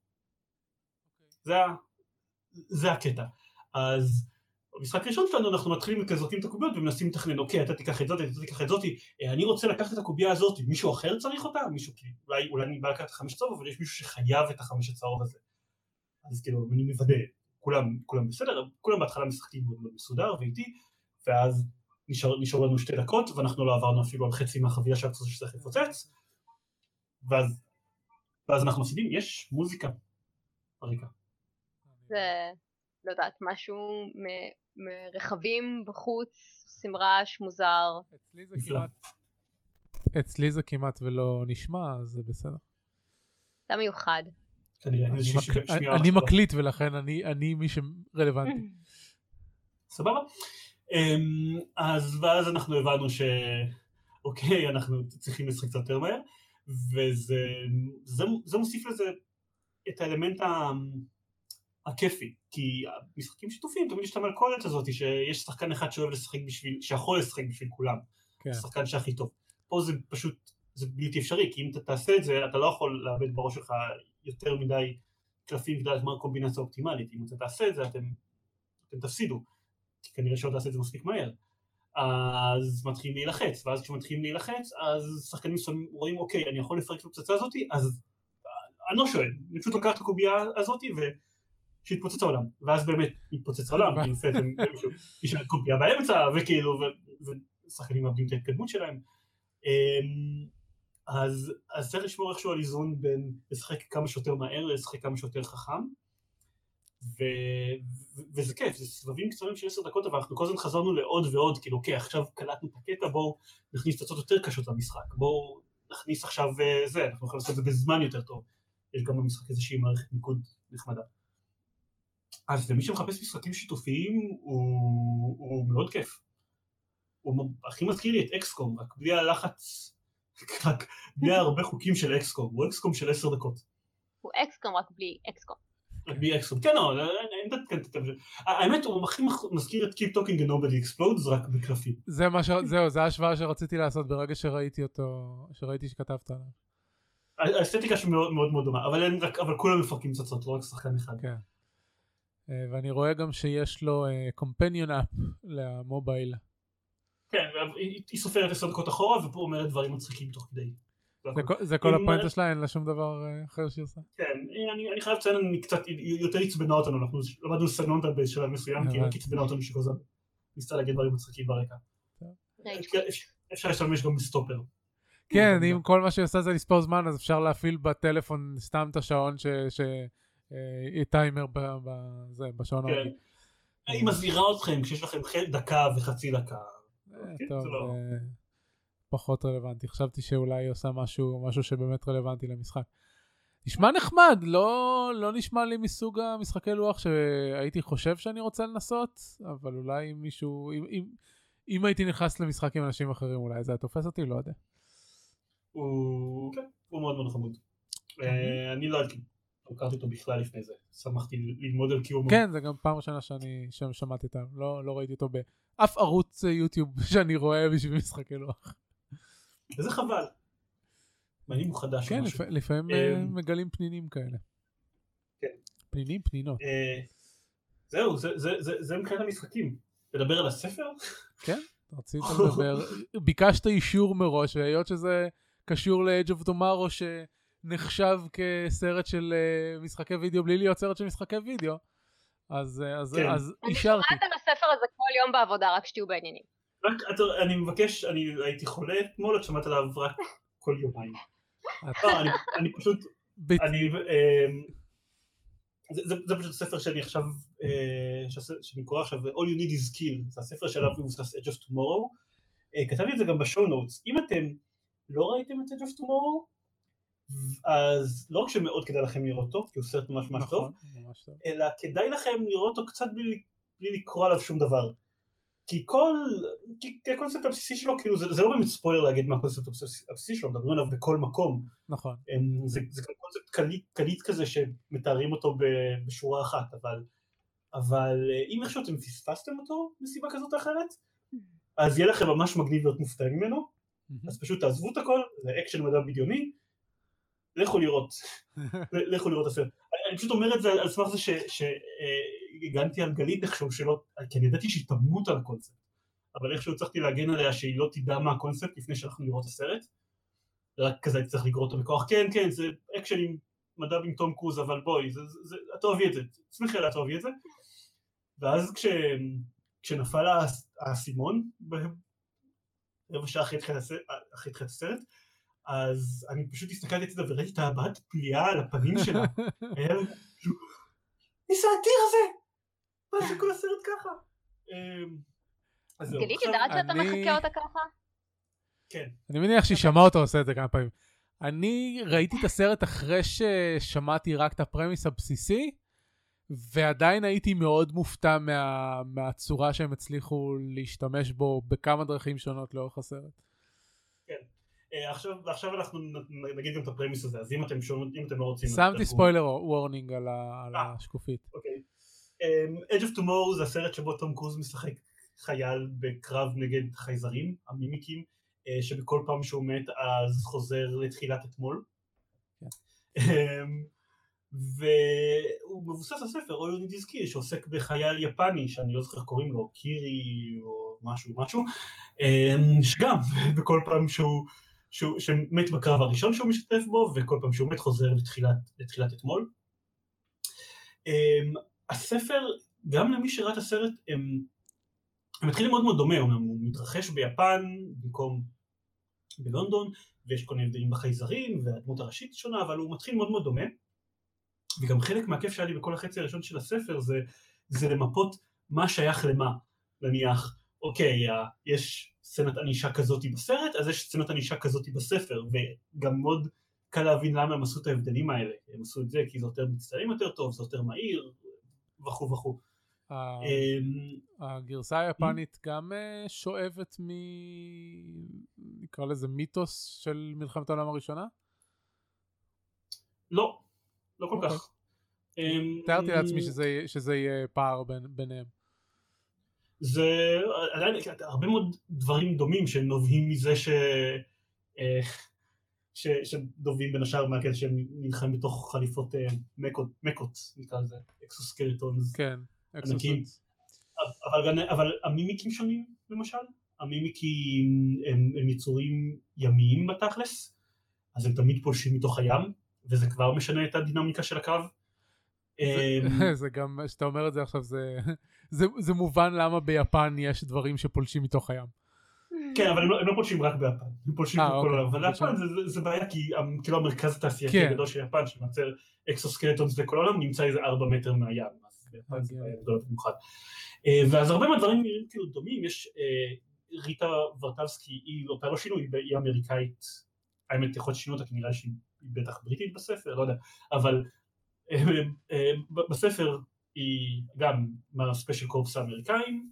[SPEAKER 3] זה הקטע. אז במשחק ראשון שלנו אנחנו מתחילים כזרקים את הקוביות ומנסים לתכנן, אוקיי, אתה תיקח את זאת, אתה תיקח את זאת, אני רוצה לקחת את הקובייה הזאת, מישהו אחר צריך אותה? מישהו, אולי אני בא לקחת את 5 צהוב, אבל יש מישהו שחייב את 5 הצהוב הזה. אז כאילו, אני מוודא, כולם בסדר, כולם בהתחלה משחקים מאוד מסודר ואיתי, ואז נשאר לנו 2 דקות, ואנחנו לא עברנו אפילו על חצי מהחבילה שהפצצה שצריך לפוצץ, ואז אנחנו מפסידים, יש מוזיקה ברקע.
[SPEAKER 2] זה, לא יודעת, משהו מרחבים בחוץ, סמרש, מוזר.
[SPEAKER 1] אצלי זה כמעט ולא נשמע, אז זה בסדר.
[SPEAKER 2] זה מיוחד.
[SPEAKER 1] אני מקליט ולכן אני מי שרלוונטי.
[SPEAKER 3] סבבה? ואז אנחנו הבנו שאוקיי, אנחנו צריכים לשחק קצת יותר מהר, וזה מוסיף לזה את האלמנט הכיפי, כי משחקים שיתופים, תמיד יש את המלכודת הזאת, שיש שחקן אחד שאוהב לשחק שיכול לשחק בשביל כולם, השחקן שהכי טוב. פה זה פשוט, זה בלתי אפשרי, כי אם אתה תעשה את זה, אתה לא יכול לאבד בראש שלך יותר מדי קלפים כדי מה הקומבינציה האופטימלית. אם אתה תעשה את זה, אתם תפסידו, כי כנראה שלא תעשה את זה מספיק מהר. אז מתחילים להילחץ, ואז כשמתחילים להילחץ, אז שחקנים רואים, אוקיי, אני יכול לפרק את הפצצה הזאת, אז אני לא שואל, אני פשוט לוקח את הקובייה הזאת, שהתפוצץ העולם, ואז באמת התפוצץ העולם, כי לפעמים יש קובייה באמצע, וכאילו, ושחקנים מאבדים את ההתקדמות שלהם. אז צריך לשמור איכשהו על איזון בין לשחק כמה שיותר מהר, לשחק כמה שיותר חכם, וזה כיף, זה סבבים קצרים של 10 דקות, אבל אנחנו כל הזמן חזרנו לעוד ועוד, כאילו, אוקיי, עכשיו קלטנו את הקטע, בואו נכניס פצצות יותר קשות למשחק, בואו נכניס עכשיו זה, אנחנו יכולים לעשות את זה בזמן יותר טוב, יש גם במשחק איזושהי מערכת ניקוד נחמדה. אז למי שמחפש משחקים שיתופיים, הוא מאוד כיף. הוא הכי מזכיר לי את אקסקום, רק בלי הלחץ, רק בלי הרבה חוקים של אקסקום, הוא אקסקום של 10 דקות.
[SPEAKER 2] הוא אקסקום רק בלי אקסקום.
[SPEAKER 3] רק בלי אקסקום, כן, לא, האמת הוא הכי מזכיר את Keep Talking and Nobody Explodes, רק בקלפים.
[SPEAKER 1] זהו, זה ההשוואה שרציתי לעשות ברגע שראיתי אותו, שראיתי שכתבת עליו.
[SPEAKER 3] האסתטיקה שמאוד מאוד מאוד דומה, אבל כולם מפרקים פצצות, לא רק שחקן אחד.
[SPEAKER 1] כן. ואני רואה גם שיש לו companion app למובייל.
[SPEAKER 3] כן, היא סופרת 10 דקות אחורה, ופה אומרת דברים מצחיקים תוך כדי.
[SPEAKER 1] זה כל הפואנטה שלה, אין לה שום דבר אחר שהיא עושה.
[SPEAKER 3] כן, אני חייב לציין, אני קצת יותר עצבנה אותנו, אנחנו למדנו לסגנון אותה בשלב מסוים, כי רק עצבנה אותנו שכזה ניסתה להגיד דברים מצחיקים ברקע. אפשר להשתמש גם בסטופר.
[SPEAKER 1] כן, אם כל מה שהיא עושה זה לספור זמן, אז אפשר להפעיל בטלפון סתם את השעון יהיה טיימר בשעון הרגיל.
[SPEAKER 3] היא מזהירה אתכם כשיש לכם דקה וחצי דקה.
[SPEAKER 1] טוב, פחות רלוונטי. חשבתי שאולי היא עושה משהו שבאמת רלוונטי למשחק. נשמע נחמד, לא נשמע לי מסוג המשחקי לוח שהייתי חושב שאני רוצה לנסות, אבל אולי מישהו, אם הייתי נכנס למשחק עם אנשים אחרים, אולי זה תופס אותי, לא יודע.
[SPEAKER 3] הוא מאוד מאוד חמוד. אני לא יודעת, הכרתי אותו בכלל לפני זה, שמחתי ללמוד על קיומו.
[SPEAKER 1] כן, זה גם פעם ראשונה שאני שמעתי אותם, לא ראיתי אותו באף ערוץ יוטיוב שאני רואה בשביל משחקי לוח.
[SPEAKER 3] איזה חבל. מעניין הוא חדש.
[SPEAKER 1] כן, לפעמים מגלים פנינים כאלה.
[SPEAKER 3] כן.
[SPEAKER 1] פנינות.
[SPEAKER 3] זהו, זה מבחינת המשחקים. לדבר על הספר?
[SPEAKER 1] כן, רצית לדבר. ביקשת אישור מראש, והיות שזה קשור ל-Age of Tomorrow שנחשב כסרט של משחקי וידאו, בלי להיות סרט של משחקי וידאו, אז אישרתי.
[SPEAKER 2] אני שומעת על הספר הזה כל יום בעבודה, רק שתהיו בעניינים.
[SPEAKER 3] אני מבקש, אני הייתי חולה אתמול, את שמעת עליו רק כל יומיים. אני פשוט, זה פשוט ספר שאני עכשיו, שאני קורא עכשיו, All You Need Is Skill, זה הספר שעליו מבוסס Edge of Tomorrow, כתבתי את זה גם בשואו נוטס, אם אתם לא ראיתם את Edge of Tomorrow, אז לא רק שמאוד כדאי לכם לראות אותו, כי הוא סרט ממש ממש טוב, אלא כדאי לכם לראות אותו קצת בלי לקרוא עליו שום דבר. כי הקונספט הבסיסי שלו, כאילו זה לא באמת ספוילר להגיד מה הקונספט הבסיסי שלו, מדברים עליו בכל מקום.
[SPEAKER 1] נכון.
[SPEAKER 3] זה קונספט קליט כזה שמתארים אותו בשורה אחת, אבל אם איכשהו אתם פספסתם אותו מסיבה כזאת או אחרת, אז יהיה לכם ממש מגניב להיות מופתעים ממנו, אז פשוט תעזבו את הכל, זה אקשן מדע בדיוני, לכו לראות הסרט. אני פשוט אומר את זה על סמך זה שהגנתי על גלית איכשהו שלא, כי אני ידעתי שהיא תמות על הקונספט, אבל איכשהו צריכתי להגן עליה שהיא לא תדע מה הקונספט לפני שאנחנו לראות הסרט, רק כזה הייתי צריך לקרוא אותו בכוח, כן, זה אקשן עם מדע עם תום קרוז, אבל בואי, אתה אוהבי את זה, תשמחי עליה, אתה אוהבי את זה, ואז כשנפל האסימון, רבע שעה אחרי תחילת הסרט, אז אני פשוט הסתכלתי את זה וראיתי את הבעת פליאה על הפנים שלה. ניסה האדיר הזה! מה זה כל הסרט ככה?
[SPEAKER 2] גלית יודעת שאתה מחכה אותה ככה?
[SPEAKER 3] כן.
[SPEAKER 1] אני מניח שהיא שמעה אותו עושה את זה כמה פעמים. אני ראיתי את הסרט אחרי ששמעתי רק את הפרמיס הבסיסי, ועדיין הייתי מאוד מופתע מהצורה שהם הצליחו להשתמש בו בכמה דרכים שונות לאורך הסרט.
[SPEAKER 3] כן. עכשיו אנחנו נגיד גם את הפרמיס הזה, אז אם אתם לא רוצים...
[SPEAKER 1] שמתי ספוילר וורנינג על השקופית.
[SPEAKER 3] אוקיי. Edge of Tomorrow זה הסרט שבו תום קרוז משחק חייל בקרב נגד חייזרים, המימיקים, שבכל פעם שהוא מת אז חוזר לתחילת אתמול. והוא מבוסס על ספר All You Need Is Kill שעוסק בחייל יפני שאני לא זוכר קוראים לו קירי או משהו שגם בכל פעם שמת בקרב הראשון שהוא משתתף בו וכל פעם שהוא מת חוזר לתחילת אתמול. הספר גם למי שראה את הסרט הם מתחילים מאוד מאוד דומה, הוא מתרחש ביפן במקום בלונדון ויש כל מיני הבדלים בחייזרים והדמות הראשית שונה, אבל הוא מתחיל מאוד מאוד דומה. וגם חלק מהכיף שהיה לי בכל החצי הראשון של הספר זה למפות מה שייך למה. נניח, אוקיי, יש סצנת ענישה כזאת בסרט, אז יש סצנת ענישה כזאת בספר, וגם מאוד קל להבין למה הם עשו את ההבדלים האלה. הם עשו את זה כי זה יותר מצטלם יותר טוב, זה יותר מהיר, וכו'.
[SPEAKER 1] הגרסה היפנית גם שואבת נקרא לזה מיתוס של מלחמת העולם הראשונה?
[SPEAKER 3] לא כל כך.
[SPEAKER 1] תיארתי לעצמי שזה יהיה פער ביניהם.
[SPEAKER 3] זה עדיין הרבה מאוד דברים דומים שנובעים מזה שדובים בין השאר מהקטע שהם נלחמים בתוך חליפות מקות, נקרא לזה, אקסוסקלטונס.
[SPEAKER 1] כן,
[SPEAKER 3] אקסוסקלטונס. אבל המימיקים שונים למשל, המימיקים הם יצורים ימיים בתכלס, אז הם תמיד פולשים מתוך הים, וזה כבר משנה את הדינמיקה של הקרב.
[SPEAKER 1] זה גם, שאתה אומר את זה עכשיו, זה מובן למה ביפן יש דברים שפולשים מתוך הים.
[SPEAKER 3] כן, אבל הם לא פולשים רק ביפן, הם פולשים בכל העולם, אבל ביפן זה בעיה כי כאילו המרכז התעשייתי הגדול של יפן, שמייצר אקסוסקלטונס לכל העולם, נמצא איזה 4 מטר מהים, אז ביפן זה בעיה גדולה במיוחד. ואז הרבה מהדברים נראים כאילו דומים, יש ריטה ורטבסקי, היא אותה לא שינוי, היא אמריקאית, האמת יכול שינו אותה, כי נראה שהיא בטח בריטית בספר, לא יודע, אבל בספר היא גם מהספיישל קורפס האמריקאים,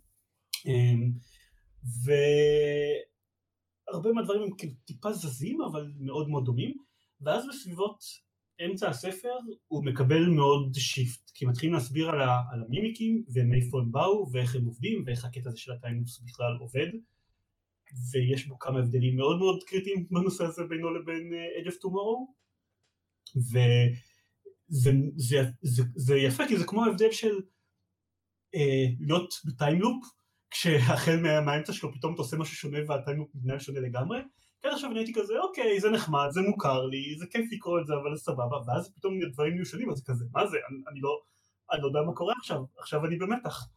[SPEAKER 3] והרבה מהדברים הם כאילו טיפה זזים, אבל מאוד מאוד דומים, ואז בסביבות אמצע הספר הוא מקבל מאוד שיפט, כי מתחילים להסביר על המימיקים, ומאיפה הם באו, ואיך הם עובדים, ואיך הקטע הזה של הטיימלופס בכלל עובד, ויש בו כמה הבדלים מאוד מאוד קריטיים בנושא הזה בינו לבין Edge of Tomorrow, וזה יפה, כי זה כמו ההבדל של להיות בטיימלופ, כשהחל מהאמצע שלו פתאום אתה עושה משהו שונה והטיימלופ מתנהל שונה לגמרי, כי עכשיו אני הייתי כזה, אוקיי, זה נחמד, זה מוכר לי, זה כיף לקרוא את זה, אבל זה סבבה, ואז פתאום דברים נהיו שונים, אז זה כזה, מה זה? אני לא יודע מה קורה עכשיו אני במתח.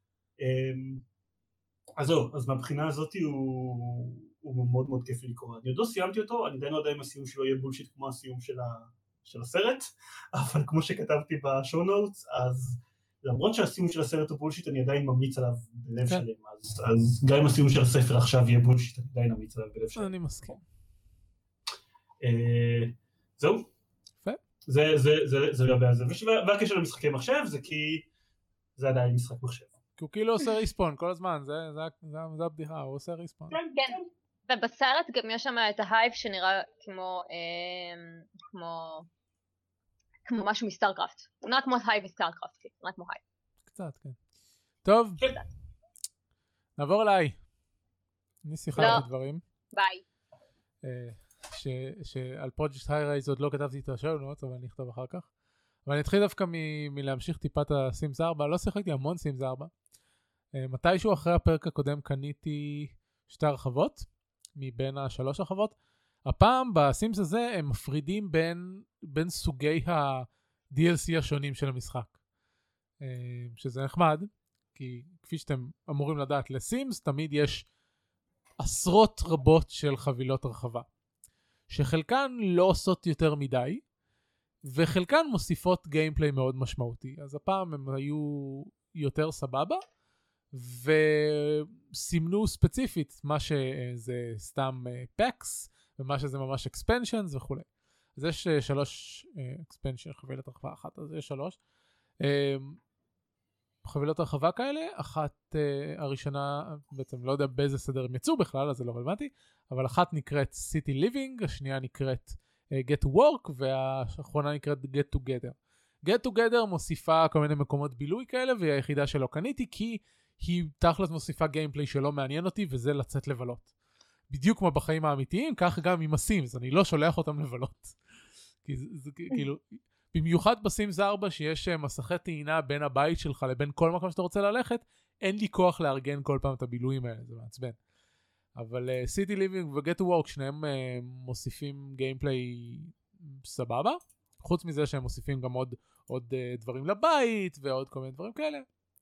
[SPEAKER 3] אז זהו, אז מהבחינה הזאת הוא מאוד מאוד כיף לקרוא. אני עוד לא סיימתי אותו, אני עדיין לא יודע אם הסיום שלו יהיה בולשיט כמו הסיום של הסרט, אבל כמו שכתבתי בשואו נוטס, אז למרות שהסיום של הסרט הוא בולשיט, אני עדיין ממליץ עליו בלב שלם, אז גם אם הסיום של הספר עכשיו יהיה בולשיט, אני עדיין ממליץ עליו בלב שלם.
[SPEAKER 1] אני מסכים.
[SPEAKER 3] זהו.
[SPEAKER 1] יפה.
[SPEAKER 3] זה לגבי זה. והקשר למשחקי מחשב זה כי זה עדיין משחק מחשב.
[SPEAKER 1] כי הוא כאילו עושה ריספון כל הזמן, זה הבדיחה, הוא עושה ריספון.
[SPEAKER 2] כן, ובסרט גם יש שם את ההייב שנראה כמו משהו מסטארקראפט. הוא נראה כמו הייב מסטארקראפט, הוא נראה כמו הייב.
[SPEAKER 1] קצת, כן. טוב, נעבור אליי. אני שיחה את דברים.
[SPEAKER 2] ביי.
[SPEAKER 1] שעל פרויקט היירייז עוד לא כתבתי את השאלות, אבל אני אכתוב אחר כך. אבל אני אתחיל דווקא מלהמשיך טיפה את הסימס 4, לא שיחקתי המון סימס 4. מתישהו אחרי הפרק הקודם קניתי 2 הרחבות, מבין 3 הרחבות. הפעם בסימס הזה הם מפרידים בין סוגי ה-DLC השונים של המשחק. שזה נחמד, כי כפי שאתם אמורים לדעת לסימס, תמיד יש עשרות רבות של חבילות הרחבה. שחלקן לא עושות יותר מדי, וחלקן מוסיפות גיימפליי מאוד משמעותי. אז הפעם הם היו יותר סבבה, וסימנו ספציפית מה שזה סתם פאקס, ומה שזה ממש expansions וכו'. אז יש 3 expansion, חבילת הרחבה אחת, אז יש 3. חבילות הרחבה כאלה, אחת הראשונה, בעצם לא יודע באיזה סדר הם יצאו בכלל, אז זה לא רלוונטי, אבל אחת נקראת City Living, השנייה נקראת Get to Work, והאחרונה נקראת Get Together. Get Together מוסיפה כל מיני מקומות בילוי כאלה, והיא היחידה שלא קניתי, כי היא תכלס מוסיפה גיימפליי שלא מעניין אותי, וזה לצאת לבלות. בדיוק כמו בחיים האמיתיים, כך גם עם הסימס, אני לא שולח אותם לבלות. כי זה כאילו, במיוחד בסימס 4 שיש מסכי טעינה בין הבית שלך לבין כל מקום שאתה רוצה ללכת, אין לי כוח לארגן כל פעם את הבילויים האלה, זה מעצבן. אבל City Living ו-Get to Work שניהם מוסיפים גיימפליי סבבה, חוץ מזה שהם מוסיפים גם עוד דברים לבית ועוד כל מיני דברים כאלה.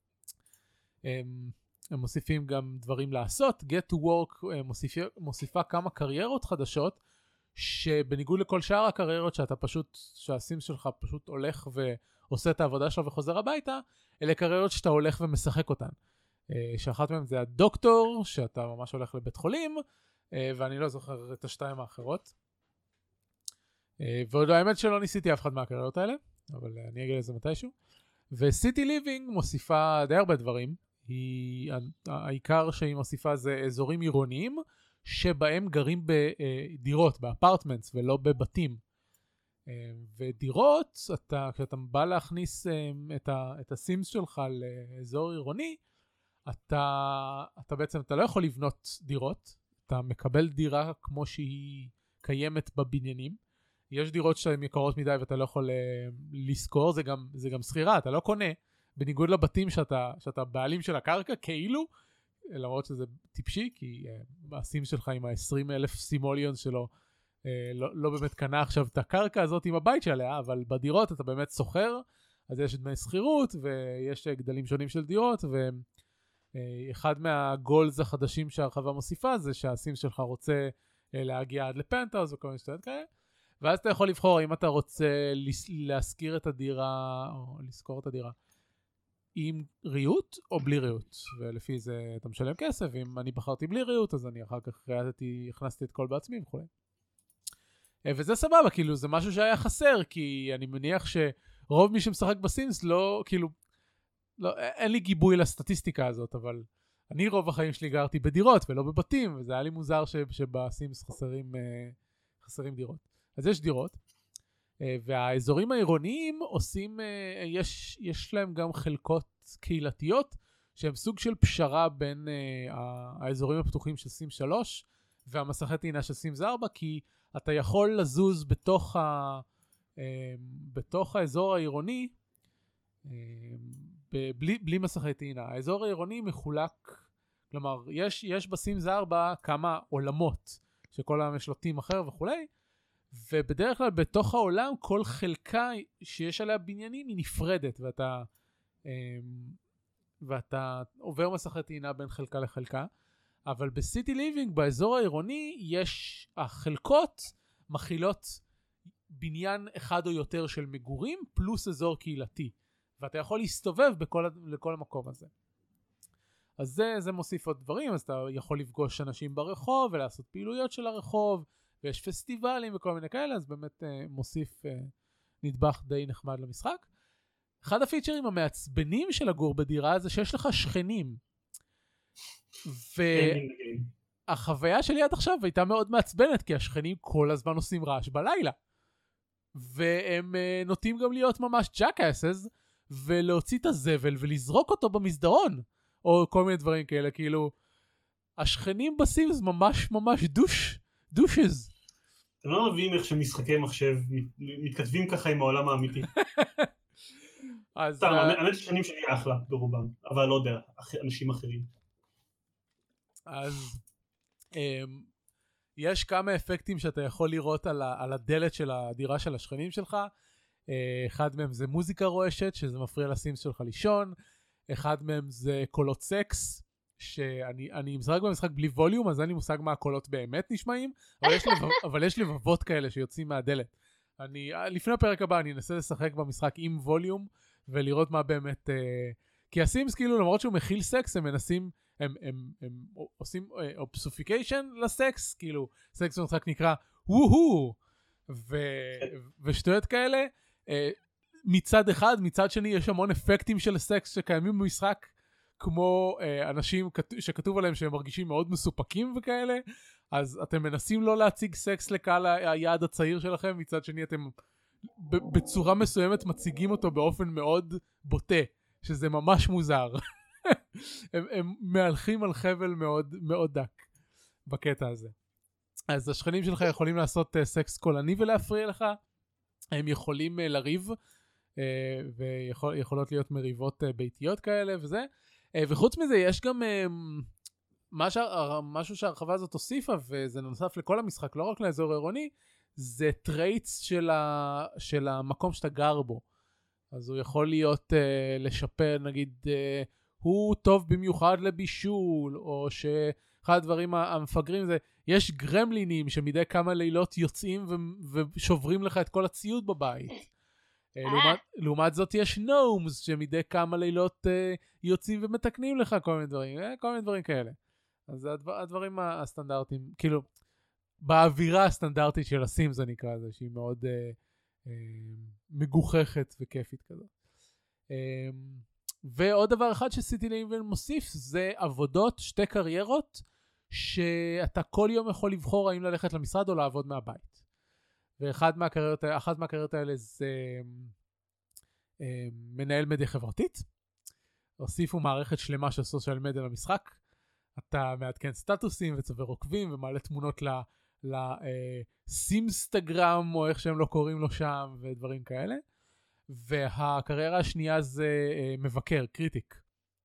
[SPEAKER 1] הם מוסיפים גם דברים לעשות. Get to Work מוסיפה כמה קריירות חדשות, שבניגוד לכל שאר הקריירות שהסימס שלך פשוט הולך ועושה את העבודה שלו וחוזר הביתה, אלה קריירות שאתה הולך ומשחק אותן. שאחת מהם זה הדוקטור, שאתה ממש הולך לבית חולים, ואני לא זוכר את 2 האחרות. ועוד האמת שלא ניסיתי אף אחד מהקריירות האלה, אבל אני אגיד לזה מתישהו. וסיטי ליבינג מוסיפה די הרבה דברים. העיקר שהיא מוסיפה זה אזורים עירוניים, שבהם גרים בדירות, באפרטמנטס ולא בבתים. ודירות, כשאתה בא להכניס את הסימס שלך לאזור עירוני, אתה בעצם לא יכול לבנות דירות, אתה מקבל דירה כמו שהיא קיימת בבניינים. יש דירות שהן יקרות מדי ואתה לא יכול לזכור, זה גם סחירה, אתה לא קונה, בניגוד לבתים שאתה בעלים של הקרקע, כאילו, למרות שזה טיפשי, כי הסימס שלך עם ה-20,000 סימוליון שלו, לא באמת קנה עכשיו את הקרקע הזאת עם הבית שלה, אבל בדירות אתה באמת סוחר, אז יש דמי סחירות, ויש גדלים שונים של דירות, ואחד מהגולס החדשים שהרחבה מוסיפה, זה שהסימס שלך רוצה להגיע עד לפנטהאוז, וכל מיני שטויות כאלה, ואז אתה יכול לבחור אם אתה רוצה להשכיר את הדירה, או לשכור את הדירה, עם ריהוט או בלי ריהוט, ולפי זה אתה משלם כסף, ואם אני בחרתי בלי ריהוט, אז אני אחר כך הכנסתי את כל בעצמי וכו'. וזה סבבה, כאילו זה משהו שהיה חסר, כי אני מניח שרוב מי שמשחק בסימס לא, כאילו, לא, אין לי גיבוי לסטטיסטיקה הזאת, אבל אני רוב החיים שלי גרתי בדירות ולא בבתים, וזה היה לי מוזר שבסימס חסרים דירות. אז יש דירות, והאזורים העירוניים עושים, יש להם גם חלקות קהילתיות, שהם סוג של פשרה בין האזורים הפתוחים של סימס 3, והמסכי טעינה של סימס 4, כי אתה יכול לזוז בתוך האזור העירוני, בלי מסכי טעינה. האזור העירוני מחולק, כלומר, יש בסימס 4 כמה עולמות, שכל העם יש לו טים אחר וכולי, ובדרך כלל בתוך העולם כל חלקה שיש עליה בניינים היא נפרדת, ואתה עובר מסכי טעינה בין חלקה לחלקה, אבל בסיטי ליבינג, באזור העירוני, החלקות מכילות בניין אחד או יותר של מגורים, פלוס אזור קהילתי, ואתה יכול להסתובב לכל המקום הזה. אז זה מוסיף עוד דברים, אז אתה יכול לפגוש אנשים ברחוב, ולעשות פעילויות של הרחוב, ויש פסטיבלים וכל מיני כאלה, אז באמת מוסיף נדבך די נחמד למשחק. אחד הפיצ'רים המעצבנים של לגור בדירה זה שיש לך שכנים. והחוויה שלי עד עכשיו הייתה מאוד מעצבנת, כי השכנים כל הזמן עושים רעש בלילה. והם נוטים גם להיות ממש ג'אקאסס, ולהוציא את הזבל ולזרוק אותו במסדרון, או כל מיני דברים כאלה, כאילו, השכנים בסימס ממש ממש דושז.
[SPEAKER 3] אתם לא מבינים איך שמשחקי מחשב מתכתבים ככה עם העולם האמיתי. סתם, האמת ששנים שלי אחלה ברובם, אבל לא יודע, אנשים אחרים.
[SPEAKER 1] אז יש כמה אפקטים שאתה יכול לראות על הדלת של הדירה של השכנים שלך. אחד מהם זה מוזיקה רועשת, שזה מפריע לסימס שלך לישון. אחד מהם זה קולות סקס, שאני משחק במשחק בלי ווליום, אז אין לי מושג מה הקולות באמת נשמעים, אבל יש לבבות כאלה שיוצאים מהדלת. לפני הפרק הבא אני אנסה לשחק במשחק עם ווליום, ולראות מה באמת, כי הסימס כאילו למרות שהוא מכיל סקס, הם מנסים, הם עושים אובסופייקיישן לסקס, כאילו סקס במשחק נקרא וואו, ושטויות כאלה, מצד אחד, מצד שני יש המון אפקטים של סקס שקיימים במשחק, כמו אנשים שכתוב עליהם שהם מרגישים מאוד מסופקים וכאלה, אז אתם מנסים לא להציג סקס לקהל היעד הצעיר שלכם, מצד שני אתם בצורה מסוימת מציגים אותו באופן מאוד בוטה, שזה ממש מוזר. הם מהלכים על חבל מאוד מאוד דק בקטע הזה. אז השכנים שלך יכולים לעשות סקס קולני ולהפריע לך, הם יכולים לריב, ויכולות להיות מריבות ביתיות כאלה וזה, וחוץ מזה יש גם משהו שהרחבה הזאת הוסיפה, וזה נוסף לכל המשחק, לא רק לאזור עירוני, זה טרייטס של המקום שאתה גר בו. אז הוא יכול להיות לשפר, נגיד, הוא טוב במיוחד לבישול, או שאחד הדברים המפגרים זה, יש גרמלינים שמדי כמה לילות יוצאים ושוברים לך את כל הציוד בבית. לעומת זאת יש נומס שמדי כמה לילות יוצאים ומתקנים לך כל מיני דברים כאלה. אז הדברים הסטנדרטיים, כאילו, באווירה הסטנדרטית של הסימס זה נקרא זה, שהיא מאוד מגוחכת וכיפית כזאת. ועוד דבר אחד שסיטי ליבל מוסיף, זה עבודות, 2 קריירות, שאתה כל יום יכול לבחור האם ללכת למשרד או לעבוד מהבית. ואחת מהקריירות האלה זה מנהל מדיה חברתית. הוסיפו מערכת שלמה של סושיאל מדיה למשחק. אתה מעדכן סטטוסים וצובר עוקבים ומעלה תמונות לסימסטגרם או איך שהם לא קוראים לו שם ודברים כאלה. והקריירה השנייה זה מבקר, קריטיק.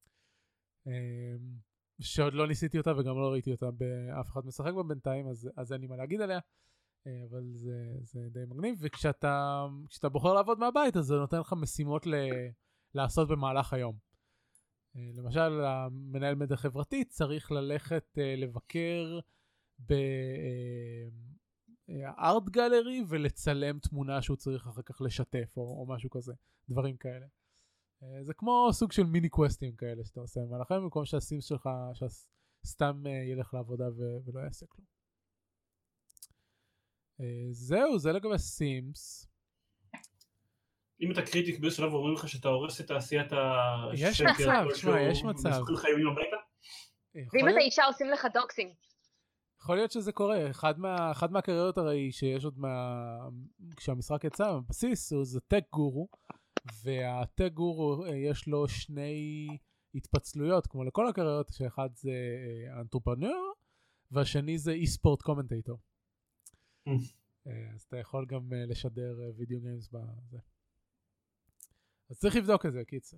[SPEAKER 1] שעוד לא ניסיתי אותה וגם לא ראיתי אותה באף אחד משחק בה בינתיים, אז אין לי מה להגיד עליה. אבל זה די מגניב, וכשאתה בוחר לעבוד מהבית, אז זה נותן לך משימות לעשות במהלך היום. למשל, המנהל מדיה חברתית צריך ללכת לבקר בארט גלרי ולצלם תמונה שהוא צריך אחר כך לשתף או משהו כזה, דברים כאלה. זה כמו סוג של מיני קווסטים כאלה שאתה עושה במהלך היום, במקום שהסימס שלך סתם ילך לעבודה ולא יעשה כלום. זהו, זה לגבי סימס.
[SPEAKER 3] אם אתה קריטיק בשלב ואומרים לך שאתה הורס את תעשיית השקר,
[SPEAKER 1] יש מצב, תשמע, יש מצב.
[SPEAKER 2] ואם אתה אישה עושים לך דוקסינג.
[SPEAKER 1] יכול להיות שזה קורה. אחד מהקריירות הרי שיש עוד כשהמשחק יצא, בבסיס זה טק גורו, והטק גורו יש לו 2 התפצלויות, כמו לכל הקריירות, שאחד זה אנטרופרנור, והשני זה אי-ספורט קומנטייטור. אז אתה יכול גם לשדר וידאו גיימס בזה. אז צריך לבדוק את זה, קיצר.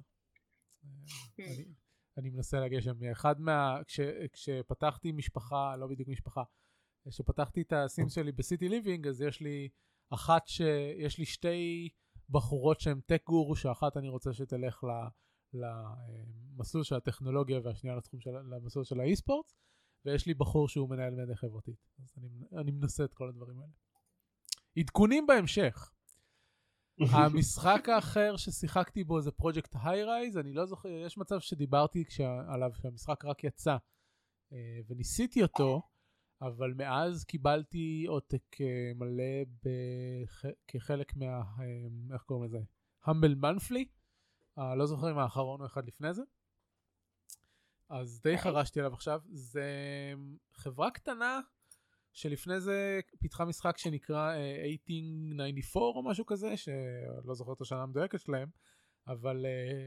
[SPEAKER 1] אני מנסה להגיע שם. כשפתחתי משפחה, לא בדיוק משפחה, כשפתחתי את הסימס שלי בסיטי ליבינג, אז יש לי 2 בחורות שהן טק גורו, שאחת אני רוצה שתלך למסלול של הטכנולוגיה, והשנייה למסלול של האי-ספורט, ויש לי בחור שהוא מנהל מדיה חברתית. אז אני מנסה את כל הדברים האלה. עדכונים בהמשך. המשחק האחר ששיחקתי בו זה פרויקט היירייז, אני לא זוכר, יש מצב שדיברתי עליו שהמשחק רק יצא, וניסיתי אותו, אבל מאז קיבלתי עותק מלא כחלק איך קוראים לזה? Humble Monthly, לא זוכר אם האחרון או אחד לפני זה. אז די חרשתי עליו עכשיו. זה חברה קטנה שלפני זה פיתחה משחק שנקרא 1894 או משהו כזה, שלא זוכר את השנה המדויקת שלהם, אבל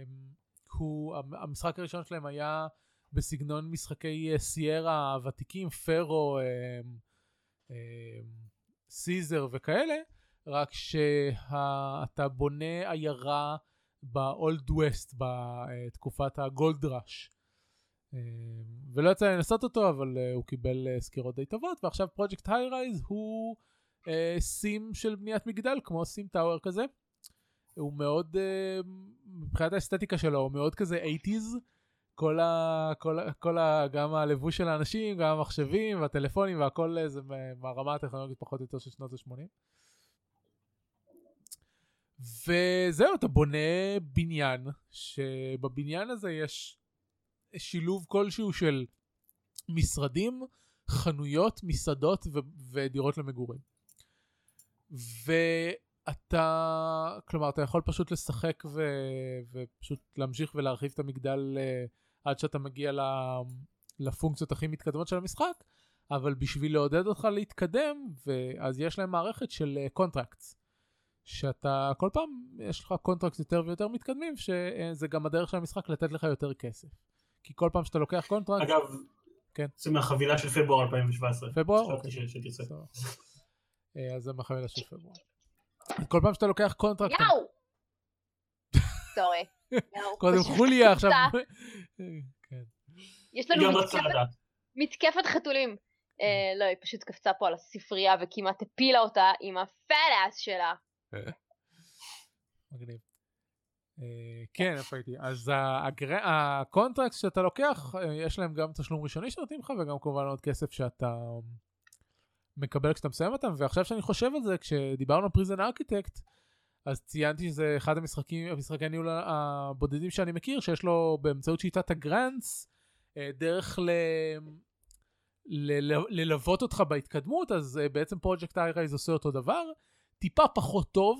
[SPEAKER 1] המשחק הראשון שלהם היה בסגנון משחקי סיירה הוותיקים, פרו, סיזר וכאלה, רק שאתה בונה עיירה באולד ווסט, בתקופת הגולד ראש. ולא יצא לנסות אותו, אבל הוא קיבל סקירות די טובות, ועכשיו פרויקט היירייז הוא סים של בניית מגדל, כמו סים טאוור כזה. הוא מאוד, מבחינת האסתטיקה שלו, הוא מאוד כזה 80s, גם הלבוש של האנשים, גם המחשבים והטלפונים והכל זה מהרמה הטכנולוגית פחות או יותר של שנות ה-80. וזהו, אתה בונה בניין, שבבניין הזה יש שילוב כלשהו של משרדים, חנויות, מסעדות ודירות למגורים. כלומר, אתה יכול פשוט לשחק ופשוט להמשיך ולהרחיב את המגדל עד שאתה מגיע לפונקציות הכי מתקדמות של המשחק, אבל בשביל לעודד אותך להתקדם, אז יש להם מערכת של קונטרקטס, שאתה כל פעם, יש לך קונטרקטס יותר ויותר מתקדמים, שזה גם הדרך של המשחק לתת לך יותר כסף. כי כל פעם שאתה לוקח קונטרקט...
[SPEAKER 3] אגב,
[SPEAKER 1] כן.
[SPEAKER 3] זה מהחבילה של פברואר 2017.
[SPEAKER 1] פברואר?
[SPEAKER 3] חשבתי שתרצה.
[SPEAKER 1] אז זה מהחבילה של פברואר. כל פעם שאתה לוקח קונטרקט...
[SPEAKER 2] יאו! סורי.
[SPEAKER 1] קודם חוליה עכשיו...
[SPEAKER 2] יש לנו מתקפת חתולים. לא, היא פשוט קפצה פה על הספרייה וכמעט הפילה אותה עם הפאט-אס שלה.
[SPEAKER 1] מגניב. כן, איפה הייתי? אז הקונטרקט שאתה לוקח, יש להם גם תשלום ראשוני שנותנים לך, וגם כמובן עוד כסף שאתה מקבל כשאתה מסיים אותם, ועכשיו שאני חושב על זה, כשדיברנו על פריזן ארכיטקט, אז ציינתי שזה אחד המשחקי ניהול הבודדים שאני מכיר, שיש לו באמצעות שיטת הגרנטס, דרך ללוות אותך בהתקדמות, אז בעצם פרויקט היירייז עושה אותו דבר, טיפה פחות טוב,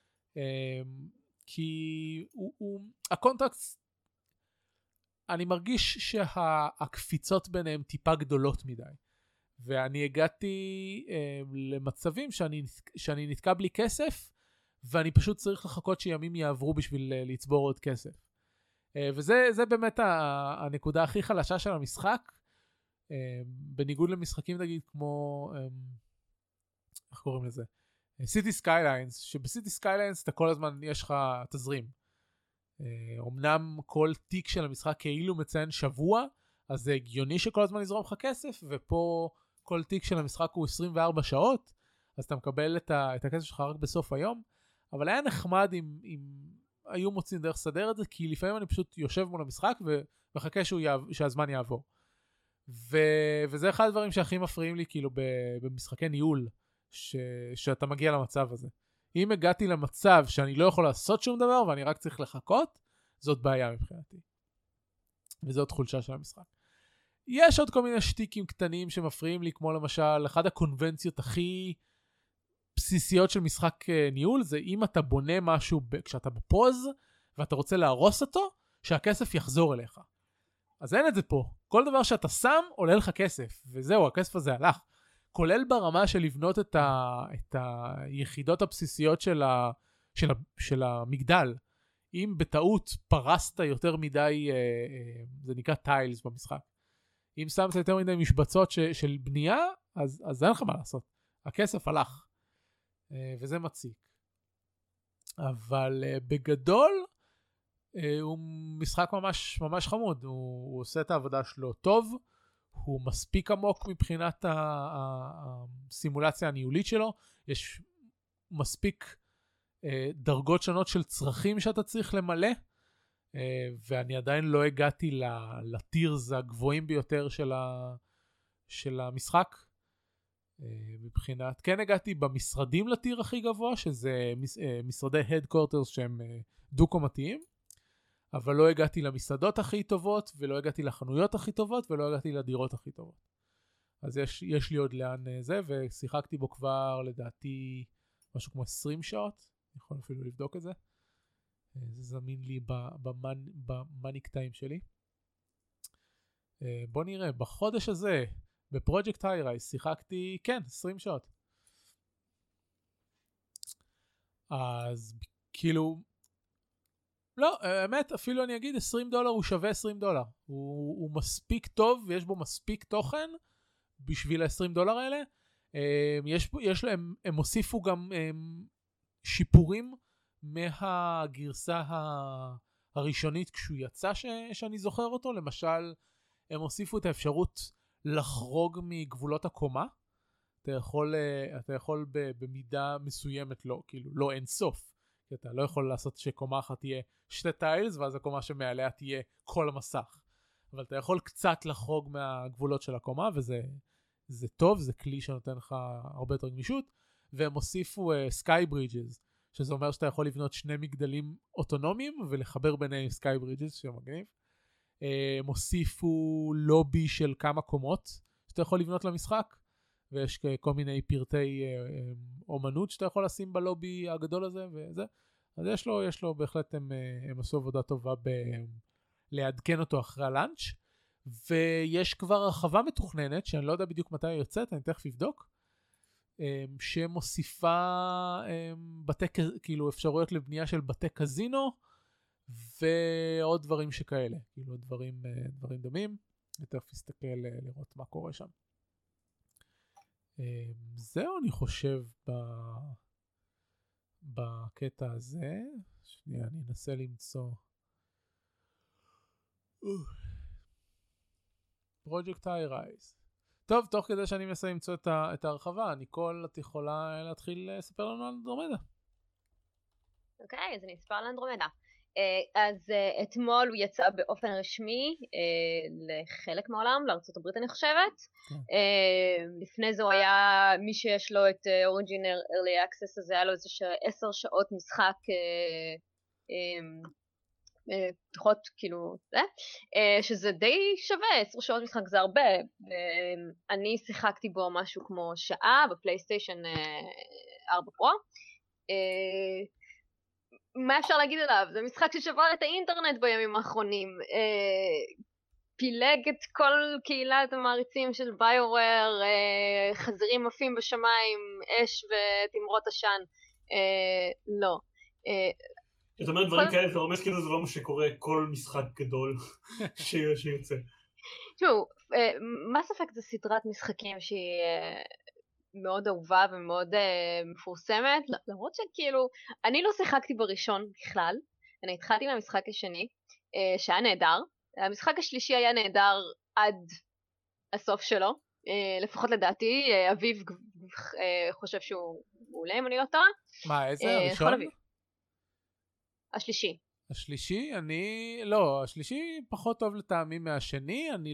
[SPEAKER 1] כי הקונטרקט, אני מרגיש שהקפיצות ביניהם טיפה גדולות מדי, ואני הגעתי למצבים שאני נתקע בלי כסף, ואני פשוט צריך לחכות שימים יעברו בשביל לצבור עוד כסף. וזה באמת הנקודה הכי חלשה של המשחק, בניגוד למשחקים נגיד כמו, איך קוראים לזה? סיטי סקייליינס, שבסיטי סקייליינס אתה כל הזמן יש לך תזרים. אמנם כל תיק של המשחק כאילו מציין שבוע, אז זה הגיוני שכל הזמן יזרום לך כסף, ופה כל תיק של המשחק הוא 24 שעות, אז אתה מקבל את הכסף שלך רק בסוף היום, אבל היה נחמד אם היו מוצאים דרך סדר את זה, כי לפעמים אני פשוט יושב מול המשחק ומחכה שהזמן יעבור. וזה אחד הדברים שהכי מפריעים לי כאילו במשחקי ניהול, שאתה מגיע למצב הזה. אם הגעתי למצב שאני לא יכול לעשות שום דבר ואני רק צריך לחכות, זאת בעיה מבחינתי. וזאת חולשה של המשחק. יש עוד כל מיני שטיקים קטנים שמפריעים לי, כמו למשל, אחד הקונבנציות הכי בסיסיות של משחק ניהול, זה אם אתה בונה משהו כשאתה בפוז, ואתה רוצה להרוס אותו, שהכסף יחזור אליך. אז אין את זה פה. כל דבר שאתה שם, עולה לך כסף. וזהו, הכסף הזה הלך. כולל ברמה של לבנות את היחידות הבסיסיות של המגדל. אם בטעות פרסת יותר מדי, זה נקרא טיילס במשחק. אם שמת יותר מדי משבצות של בנייה, אז אין לך מה לעשות. הכסף הלך. וזה מציק. אבל בגדול, הוא משחק ממש, ממש חמוד. הוא עושה את העבודה שלו טוב, הוא מספיק עמוק מבחינת הסימולציה הניהולית שלו, יש מספיק דרגות שונות של צרכים שאתה צריך למלא, ואני עדיין לא הגעתי לטירס הגבוהים ביותר של המשחק, מבחינת, כן הגעתי במשרדים לטיר הכי גבוה, שזה משרדי headquarters שהם דו-קומתיים, אבל לא הגעתי למסעדות הכי טובות, ולא הגעתי לחנויות הכי טובות, ולא הגעתי לדירות הכי טובות. אז יש לי עוד לאן זה, ושיחקתי בו כבר לדעתי משהו כמו 20 שעות, אני יכול אפילו לבדוק את זה. זה זמין לי במאניק טיים שלי. בוא נראה, בחודש הזה, בפרויקט היירייז, שיחקתי, כן, 20 שעות. אז כאילו, לא, האמת, אפילו אני אגיד $20 הוא שווה $20. הוא מספיק טוב, ויש בו מספיק תוכן בשביל $20 האלה. יש להם, הם הוסיפו גם שיפורים מהגרסה הראשונית כשהוא יצא שאני זוכר אותו. למשל, הם הוסיפו את האפשרות לחרוג מגבולות הקומה. אתה יכול במידה מסוימת, לא, כאילו, לא אין סוף. כי אתה לא יכול לעשות שקומה אחת תהיה 2 טיילס, ואז הקומה שמעליה תהיה כל המסך. אבל אתה יכול קצת לחרוג מהגבולות של הקומה, וזה טוב, זה כלי שנותן לך הרבה יותר גמישות. והם הוסיפו סקאי ברידג'ז, שזה אומר שאתה יכול לבנות 2 מגדלים אוטונומיים, ולחבר ביניהם סקאי ברידג'ז, שמגניב. הם הוסיפו לובי של כמה קומות, שאתה יכול לבנות למשחק, ויש כל מיני פרטי אומנות שאתה יכול לשים בלובי הגדול הזה, וזה. אז יש לו בהחלט, הם עשו עבודה טובה לעדכן אותו אחרי הלאנץ', ויש כבר הרחבה מתוכננת, שאני לא יודע בדיוק מתי היא יוצאת, אני תכף אבדוק, שמוסיפה כאילו אפשרויות לבנייה של בתי קזינו, ועוד דברים שכאלה, כאילו דברים דומים. תכף נסתכל לראות מה קורה שם. זהו, אני חושב בקטע הזה. שנייה, אני אנסה למצוא פרויקט היירייז. טוב, תוך כדי שאני מנסה למצוא את ההרחבה, ניקול, את יכולה להתחיל לספר לנו על אנדרומדה.
[SPEAKER 2] אוקיי, אז אני אספר על אנדרומדה. אז אתמול הוא יצא באופן רשמי לחלק מהעולם, לארצות הברית אני חושבת. לפני זה הוא היה, מי שיש לו את Origin Early Access, אז היה לו איזה 10 שעות משחק פתוחות, כאילו, שזה די שווה, 10 שעות משחק זה הרבה. אני שיחקתי בו משהו כמו שעה בפלייסטיישן 4 פרו. מה אפשר להגיד עליו? זה משחק ששבר את האינטרנט בימים האחרונים. פילג את כל קהילת המעריצים של ביואר, חזירים עפים בשמיים, אש ותמרות עשן. לא.
[SPEAKER 3] זאת אומרת, דברים כאלה, זה רומז כאילו זה לא מה שקורה כל משחק גדול שיוצא.
[SPEAKER 2] תראו, מה ספק זה סדרת משחקים שהיא מאוד אהובה ומאוד מפורסמת, למרות שכאילו, אני לא שיחקתי בראשון בכלל, אני התחלתי מהמשחק השני, שהיה נהדר, המשחק השלישי היה נהדר עד הסוף שלו, לפחות לדעתי, אביב חושב שהוא מעולה אם אני לא טועה.
[SPEAKER 1] מה, איזה הראשון?
[SPEAKER 2] השלישי.
[SPEAKER 1] השלישי? השלישי פחות טוב לטעמי מהשני, אני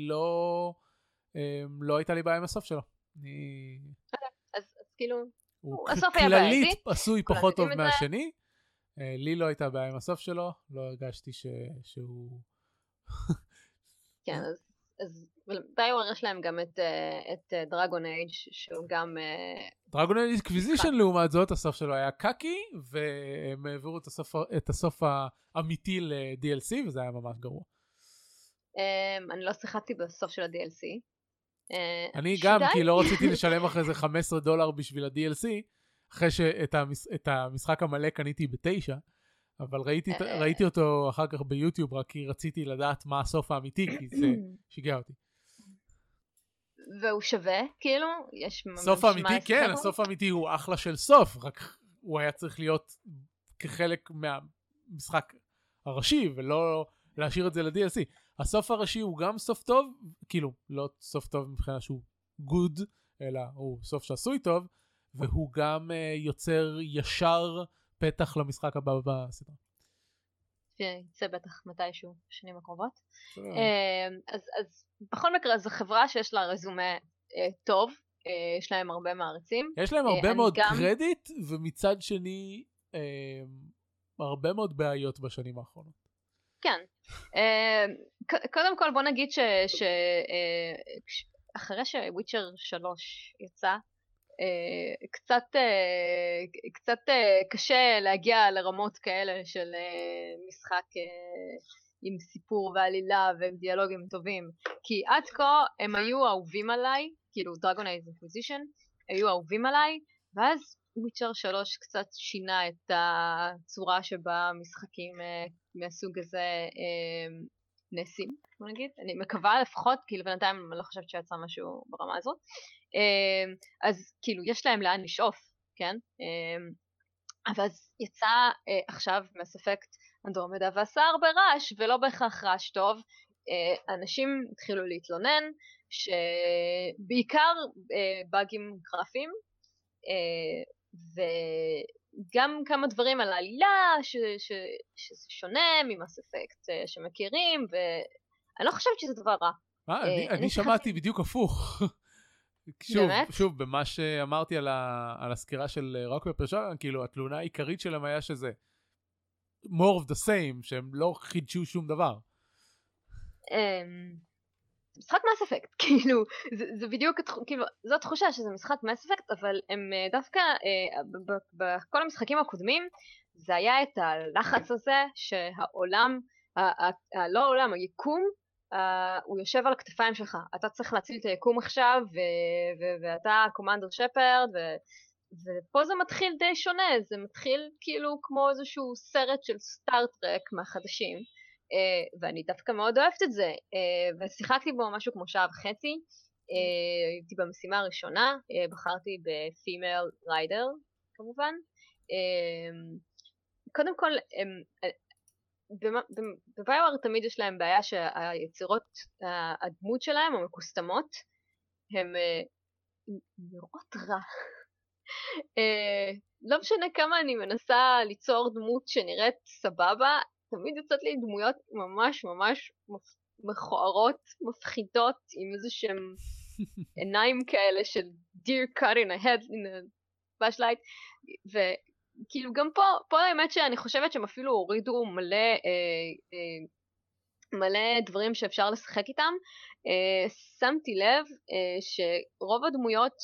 [SPEAKER 1] לא הייתה לי בעיה עם הסוף שלו.
[SPEAKER 2] אז כאילו,
[SPEAKER 1] הסוף היה בעייתי. כללית עשוי פחות טוב מהשני, לי לא הייתה בעיה עם הסוף שלו, לא הרגשתי שהוא...
[SPEAKER 2] כן, אז ביואר יש להם גם את דרגון אייג' שהוא גם...
[SPEAKER 1] דרגון אייג' אקוויזישן לעומת זאת, הסוף שלו היה קאקי, והם העבירו את הסוף האמיתי ל-DLC, וזה היה ממש גרוע.
[SPEAKER 2] אני לא שיחקתי בסוף של ה-DLC.
[SPEAKER 1] אני גם, כי לא רציתי לשלם אחרי זה $15 בשביל ה-DLC, אחרי שאת המשחק המלא קניתי ב9, אבל ראיתי אותו אחר כך ביוטיוב, רק כי רציתי לדעת מה הסוף האמיתי, כי זה שיגע אותי.
[SPEAKER 2] והוא שווה, כאילו?
[SPEAKER 1] סוף האמיתי, כן, הסוף האמיתי הוא אחלה של סוף, רק הוא היה צריך להיות כחלק מהמשחק הראשי, ולא להשאיר את זה ל-DLC. הסוף הראשי הוא גם סוף טוב, כאילו, לא סוף טוב מבחינה שהוא גוד, אלא הוא סוף שעשוי טוב, והוא גם יוצר ישר פתח למשחק הבא בסדרה.
[SPEAKER 2] שיצא בטח מתישהו בשנים הקרובות. אז בכל מקרה זו חברה שיש לה רזומה טוב, יש להם הרבה מעריצים.
[SPEAKER 1] יש להם הרבה מאוד קרדיט, ומצד שני הרבה מאוד בעיות בשנים האחרונות.
[SPEAKER 2] כן. קודם כל בוא נגיד אחרי שוויצ'ר 3 יצא, קצת קשה להגיע לרמות כאלה של משחק עם סיפור ועלילה ועם דיאלוגים טובים, כי עד כה הם היו אהובים עליי, כאילו Dragon Age Inquisition היו אהובים עליי, ואז וויצ'ר 3 קצת שינה את הצורה שבה משחקים מהסוג הזה נעשים, נגיד. אני מקווה לפחות, כאילו בינתיים אני לא חושבת שיצא משהו ברמה הזאת. אז כאילו יש להם לאן לשאוף, כן? אבל אז יצא עכשיו Mass Effect אנדרומדה ועשה הרבה רעש, ולא בהכרח רעש טוב. אנשים התחילו להתלונן, שבעיקר באגים גרפיים, וגם כמה דברים על העלילה שזה שונה ממס אפקט שמכירים, ואני לא חושבת שזה דבר רע.
[SPEAKER 1] אני שמעתי בדיוק הפוך. שוב, במה שאמרתי על הסקירה של רוק ופרשון, כאילו התלונה העיקרית שלהם היה שזה more of the same, שהם לא חידשו שום דבר.
[SPEAKER 2] משחק מס אפקט, כאילו, זה בדיוק, כאילו, זו תחושה שזה משחק מס אפקט, אבל הם דווקא, בכל המשחקים הקודמים, זה היה את הלחץ הזה, שהעולם, לא העולם, היקום, הוא יושב על הכתפיים שלך, אתה צריך להציל את היקום עכשיו, ואתה קומנדר שפרד, ופה זה מתחיל די שונה, זה מתחיל כאילו כמו איזשהו סרט של סטארטרק מהחדשים, ואני דווקא מאוד אוהבת את זה, ושיחקתי בו משהו כמו שעה וחצי, הייתי במשימה הראשונה, בחרתי בפימייל ריידר כמובן, קודם כל, בביואר תמיד יש להם בעיה שהיצירות, הדמות שלהם המקוסטמות, הן נראות רע. לא משנה כמה אני מנסה ליצור דמות שנראית סבבה, תמיד יוצאת לי דמויות ממש ממש מכוערות, מפחידות, עם איזה שהם עיניים כאלה של deer cut in a head in a flashlight, וכאילו גם פה האמת שאני חושבת שהם אפילו הורידו מלא דברים שאפשר לשחק איתם. שמתי לב שרוב הדמויות,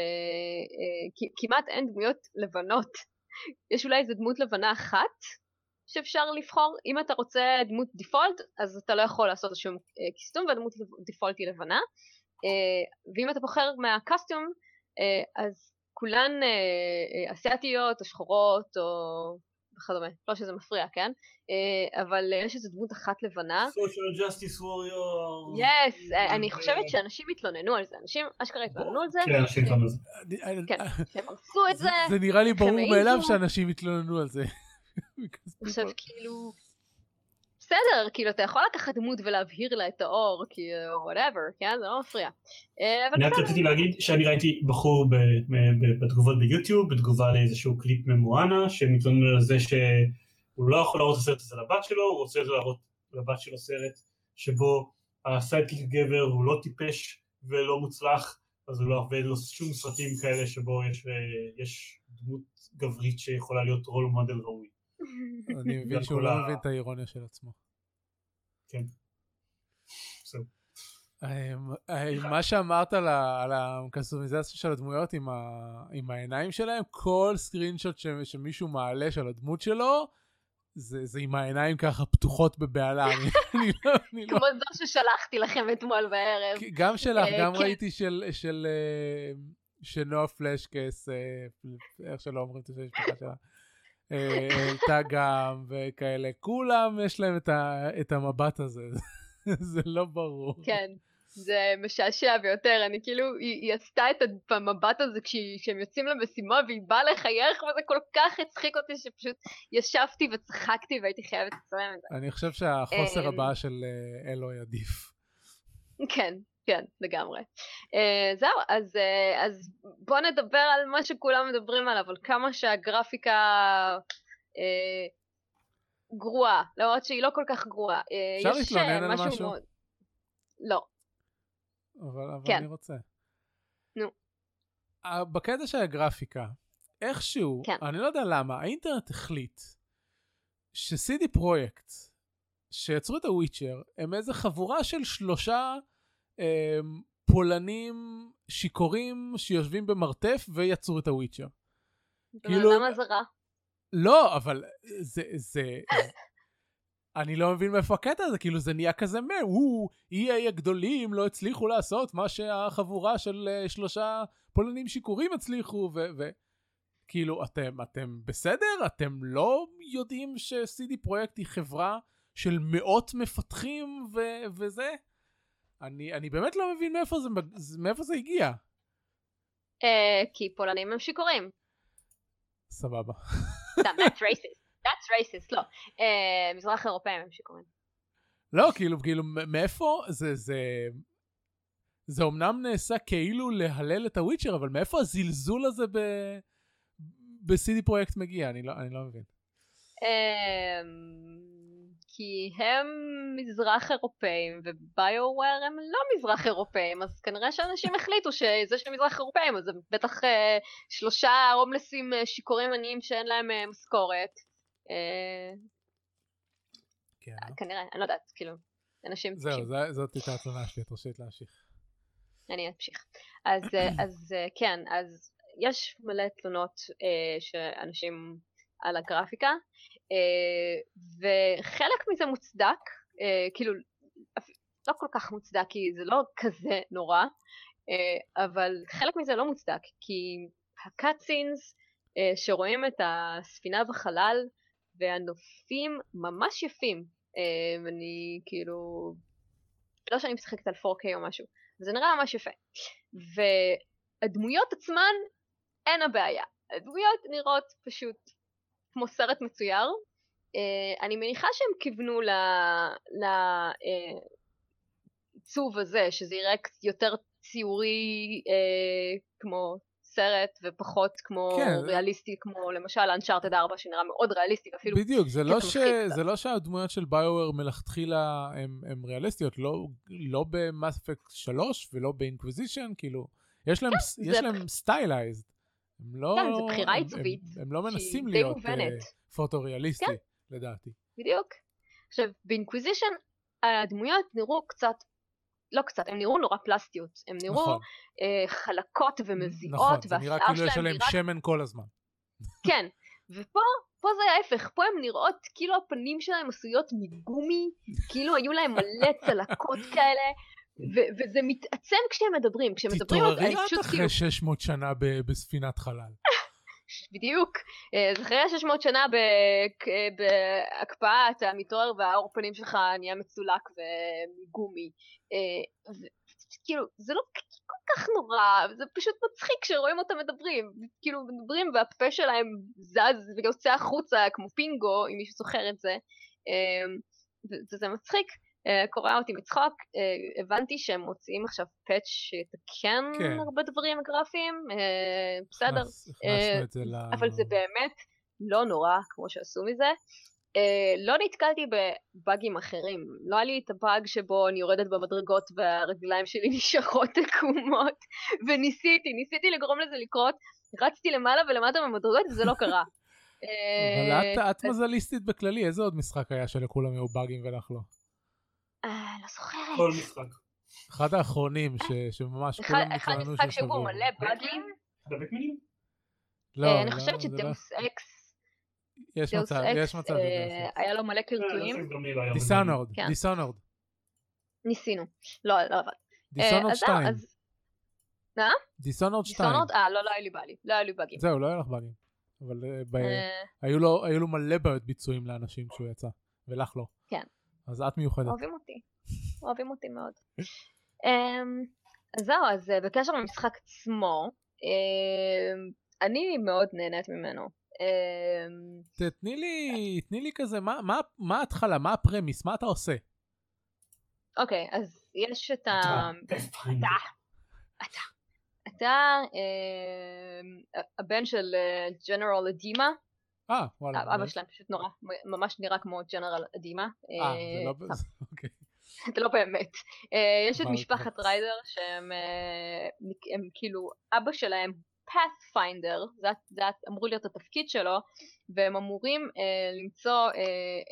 [SPEAKER 2] כמעט אין דמויות לבנות, יש אולי איזה דמות לבנה אחת שאפשר לבחור. אם אתה רוצה דמות דיפולט, אז אתה לא יכול לעשות שום קסטום, והדמות דיפולט היא לבנה, ואם אתה בוחר מהקסטום, אז כולן אסיאתיות או שחורות או וכדומה, לא שזה מפריע, כן? אבל יש איזו דמות אחת לבנה.
[SPEAKER 3] Social Justice Warrior.
[SPEAKER 2] Yes, אני חושבת שאנשים התלוננו על זה, אנשים אשכרה התלוננו על זה.
[SPEAKER 3] כן, אנשים התלוננו על זה.
[SPEAKER 2] כן, שהם עשו את זה.
[SPEAKER 1] זה נראה לי ברור מאליו שאנשים התלוננו על זה.
[SPEAKER 2] עכשיו כאילו, בסדר, כאילו אתה יכול לקחת דמות ולהבהיר לה את האור, כאילו, whatever, כן? זה לא מפריע.
[SPEAKER 3] אני רק רציתי להגיד שאני ראיתי בחור בתגובות ביוטיוב, בתגובה לאיזשהו קליפ ממואנה, שמתלונן על זה שהוא לא יכול להראות את הסרט הזה לבת שלו, הוא רוצה להראות לבת שלו סרט שבו הסיידקיק גבר הוא לא טיפש ולא מוצלח, אז הוא לא עובד לו שום סרטים כאלה שבו יש דמות גברית שיכולה להיות רול מודל ראוי.
[SPEAKER 1] אני מבין שהוא לא מבין את האירוניה של עצמו.
[SPEAKER 3] כן.
[SPEAKER 1] מה שאמרת על הקסטומיזציה של הדמויות עם העיניים שלהם, כל סקרינשוט שמישהו מעלה של הדמות שלו, זה עם העיניים ככה פתוחות בבעלה.
[SPEAKER 2] כמו זו ששלחתי לכם אתמול בערב.
[SPEAKER 1] גם שלך, גם ראיתי של נועה פלשקס, איך שלא אומרים את המשפחה שלה. העלתה גם וכאלה, כולם יש להם את המבט הזה, זה לא ברור.
[SPEAKER 2] כן, זה משעשע ביותר, אני כאילו, היא עשתה את המבט הזה כשהם יוצאים למשימה והיא באה לחייך, וזה כל כך הצחיק אותי שפשוט ישבתי וצחקתי והייתי חייבת לצלם את זה.
[SPEAKER 1] אני חושב שהחוסר הבא של אלוהי עדיף.
[SPEAKER 2] כן. כן, לגמרי. זהו, אז בוא נדבר על מה שכולם מדברים עליו, על כמה שהגרפיקה גרועה, למרות שהיא לא כל כך גרועה.
[SPEAKER 1] אפשר להתלונן על משהו?
[SPEAKER 2] לא.
[SPEAKER 1] אבל
[SPEAKER 2] כן.
[SPEAKER 1] אני רוצה.
[SPEAKER 2] נו.
[SPEAKER 1] בקטע של הגרפיקה, איכשהו,
[SPEAKER 2] כן.
[SPEAKER 1] אני לא יודע למה, האינטרנט החליט שסידי פרויקט, שיצרו את הוויצ'ר, הם איזה חבורה של 3 פולנים שיכורים שיושבים במרתף ויצרו את הוויצ'ר.
[SPEAKER 2] כאילו... למה זה רע?
[SPEAKER 1] לא, אבל זה... אני לא מבין מאיפה הקטע הזה, כאילו זה נהיה כזה EA הגדולים לא הצליחו לעשות מה שהחבורה של 3 פולנים שיכורים הצליחו, וכאילו אתם בסדר? אתם לא יודעים ש-CD פרויקט היא חברה של מאות מפתחים וזה? אני באמת לא מבין מאיפה זה הגיע.
[SPEAKER 2] כי פולנים הם שיכורים.
[SPEAKER 1] סבבה.
[SPEAKER 2] That's racist. That's racist, לא. מזרח אירופאים הם שיכורים.
[SPEAKER 1] לא, כאילו, מאיפה זה אומנם נעשה כאילו להלל את הוויצ'ר, אבל מאיפה הזלזול הזה ב-CD פרויקט מגיע? אני לא מבין.
[SPEAKER 2] כי הם מזרח אירופאים, וביואר הם לא מזרח אירופאים, אז כנראה שאנשים החליטו שזה שמזרח אירופאים, אז זה בטח 3 הומלסים שיכורים עניים שאין להם משכורת. כנראה, אני לא יודעת, כאילו, אנשים...
[SPEAKER 1] זהו, זאת הייתה התלונה שלי, את רשאית להמשיך.
[SPEAKER 2] אני אמשיך. אז כן, אז יש מלא תלונות שאנשים על הגרפיקה, וחלק מזה מוצדק, כאילו, לא כל כך מוצדק, כי זה לא כזה נורא, אבל חלק מזה לא מוצדק, כי הקאטסינס שרואים את הספינה בחלל, והנופים ממש יפים, אני כאילו, לא שאני משחקת על 4K או משהו, זה נראה ממש יפה, והדמויות עצמן אין הבעיה, הדמויות נראות פשוט כמו סרט מצויר, אני מניחה שהם כיוונו לעיצוב הזה, שזה יראה יותר ציורי כמו סרט ופחות כמו ריאליסטי, כמו למשל Uncharted 4 שנראה מאוד ריאליסטי אפילו.
[SPEAKER 1] בדיוק, זה לא שהדמויות של ביואר מלכתחילה הן ריאליסטיות, לא ב-Mass Effect 3 ולא ב-Inquisition, כאילו, יש להם סטיילייזד.
[SPEAKER 2] כן, זה בחירה עיצובית.
[SPEAKER 1] הם לא מנסים להיות פוטו-ריאליסטי, לדעתי.
[SPEAKER 2] בדיוק. עכשיו, ב-Inquisition הדמויות נראו קצת, לא קצת, הם נראו נורא פלסטיות, הם נראו חלקות ומזיעות,
[SPEAKER 1] נכון, זה נראה כאילו יש עליהם שמן כל הזמן.
[SPEAKER 2] כן, ופה זה היה ההפך, פה הם נראות כאילו הפנים שלהם עשויות מגומי, כאילו היו להם מלא צלקות כאלה, וזה מתעצם כשהם מדברים,
[SPEAKER 1] תתעוררי את אחרי 600 שנה בספינת חלל.
[SPEAKER 2] בדיוק, אז אחרי 600 שנה בהקפאה אתה מתעורר והאור פנים שלך נהיה מצולק ומגומי, כאילו זה לא כל כך נורא, זה פשוט מצחיק כשרואים אותם מדברים, כאילו מדברים והפה שלהם זז ויוצא החוצה כמו פינגו, אם מישהו זוכר את זה, וזה מצחיק. קורא אותי מצחוק, הבנתי שהם מוציאים עכשיו פאץ' שיתקן הרבה דברים גרפיים, בסדר, אבל זה באמת לא נורא כמו שעשו מזה. לא נתקלתי בבאגים אחרים, לא היה לי את הבאג שבו אני יורדת במדרגות והרגליים שלי נשארות עקומות, וניסיתי לגרום לזה לקרות, רצתי למעלה ולמטה במדרגות וזה לא קרה.
[SPEAKER 1] אבל את מזליסטית בכללי, איזה עוד משחק היה שלכולם היו באגים ולך לא?
[SPEAKER 2] לא זוכרת.
[SPEAKER 3] כל משחק.
[SPEAKER 1] אחד האחרונים שממש כולם
[SPEAKER 2] אחד משחק שבו מלא באגים.
[SPEAKER 3] דבק מילים?
[SPEAKER 1] לא,
[SPEAKER 2] אני חושבת שדאוס אקס.
[SPEAKER 1] יש מצב.
[SPEAKER 2] היה לו מלא קרטויים.
[SPEAKER 1] דיסונורד.
[SPEAKER 2] ניסינו. לא עבד.
[SPEAKER 1] דיסונורד 2.
[SPEAKER 2] מה?
[SPEAKER 1] דיסונורד 2.
[SPEAKER 2] לא היה לי באגים.
[SPEAKER 1] זהו, לא היה לך באגים. אבל היו לו מלא בעיות ביצועים לאנשים כשהוא יצא, ולך לא.
[SPEAKER 2] כן.
[SPEAKER 1] אז את מיוחדת.
[SPEAKER 2] אוהבים אותי מאוד. אז זהו, אז בקשר למשחק עצמו, אני מאוד נהנית ממנו.
[SPEAKER 1] תני לי כזה, מה ההתחלה, מה הפרמיס, מה אתה עושה?
[SPEAKER 2] אוקיי, אז יש את אתה הבן של ג'נרל אדימה.
[SPEAKER 1] וואלה.
[SPEAKER 2] אבא שלהם פשוט נורא, ממש נראה כמו ג'נרל אדימה.
[SPEAKER 1] זה לא... אוקיי.
[SPEAKER 2] זה לא באמת. יש את משפחת ריידר שהם כאילו, אבא שלהם Pathfinder, זה אמור להיות התפקיד שלו, והם אמורים למצוא,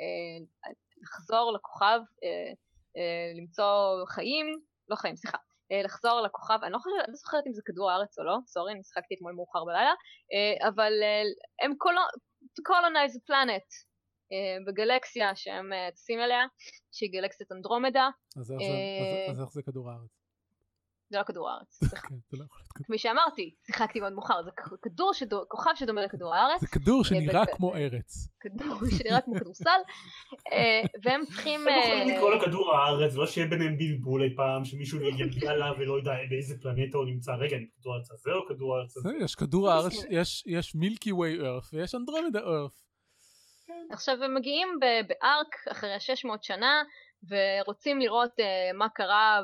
[SPEAKER 2] לחזור לכוכב, למצוא חיים, לא חיים, סליחה, לחזור לכוכב, אני לא זוכרת אם זה כדור הארץ או לא, סורי, אני שחקתי אתמול מאוחר בלילה, אבל הם to colonize the planet, בגלקסיה שהם טסים אליה, שהיא גלקסיית אנדרומדה.
[SPEAKER 1] אז איך זה כדור הארץ?
[SPEAKER 2] זה לא כדור הארץ.
[SPEAKER 1] כן, זה לא יכול להיות כדור.
[SPEAKER 2] כפי שאמרתי, שיחקתי מאוד מאוחר, זה כוכב שדומה לכדור הארץ.
[SPEAKER 1] זה כדור שנראה כמו ארץ.
[SPEAKER 2] כדור שנראה כמו כדורסל, והם צריכים...
[SPEAKER 3] הם יכולים לקרוא לכדור הארץ, לא שיהיה ביניהם בלבול אי פעם, שמישהו יגיע עליו ולא יודע באיזה פלנטה הוא נמצא. רגע, אני כדור הארץ הזה או כדור הארץ הזה?
[SPEAKER 1] יש כדור הארץ, יש מילקי ווי ארף ויש אנדרומדה ארף.
[SPEAKER 2] עכשיו הם מגיעים בארק אחרי 600 שנה, ורוצים לראות מה קרה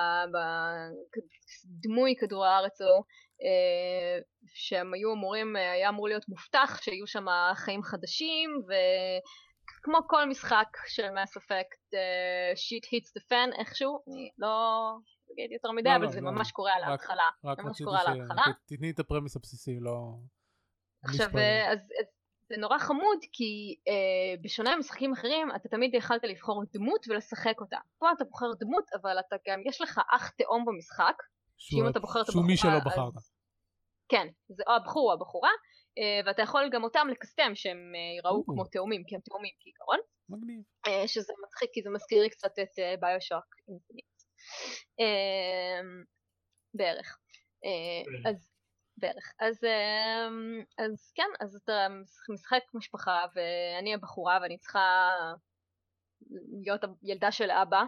[SPEAKER 2] בדמוי כדור הארץ או שהם היו אמורים, היה אמור להיות מובטח שיהיו שם חיים חדשים, וכמו כל משחק של Mass Effect shit hits the fan איכשהו, אני לא אגיד יותר מדי, אבל זה ממש קורה על ההתחלה.
[SPEAKER 1] רק רציתי שתתני את הפרמיס הבסיסי, לא...
[SPEAKER 2] עכשיו, אז זה נורא חמוד, כי בשונה ממשחקים אחרים, אתה תמיד יכלת לבחור דמות ולשחק אותה. פה אתה בוחר דמות, אבל אתה גם, יש לך אח תאום במשחק, שאם אתה בוחר את הבחורה...
[SPEAKER 1] שהוא מי שלא בחרת.
[SPEAKER 2] כן, זה או הבחור או הבחורה, ואתה יכול גם אותם לקסטם, שהם יראו כמו תאומים, כי הם תאומים כעיקרון.
[SPEAKER 1] מגניב.
[SPEAKER 2] שזה מצחיק, כי זה מזכיר לי קצת את ביושוק אינפיניט. בערך. בערך. אז כן, אז אתה משחק משפחה, ואני הבחורה, ואני צריכה להיות הילדה של אבא,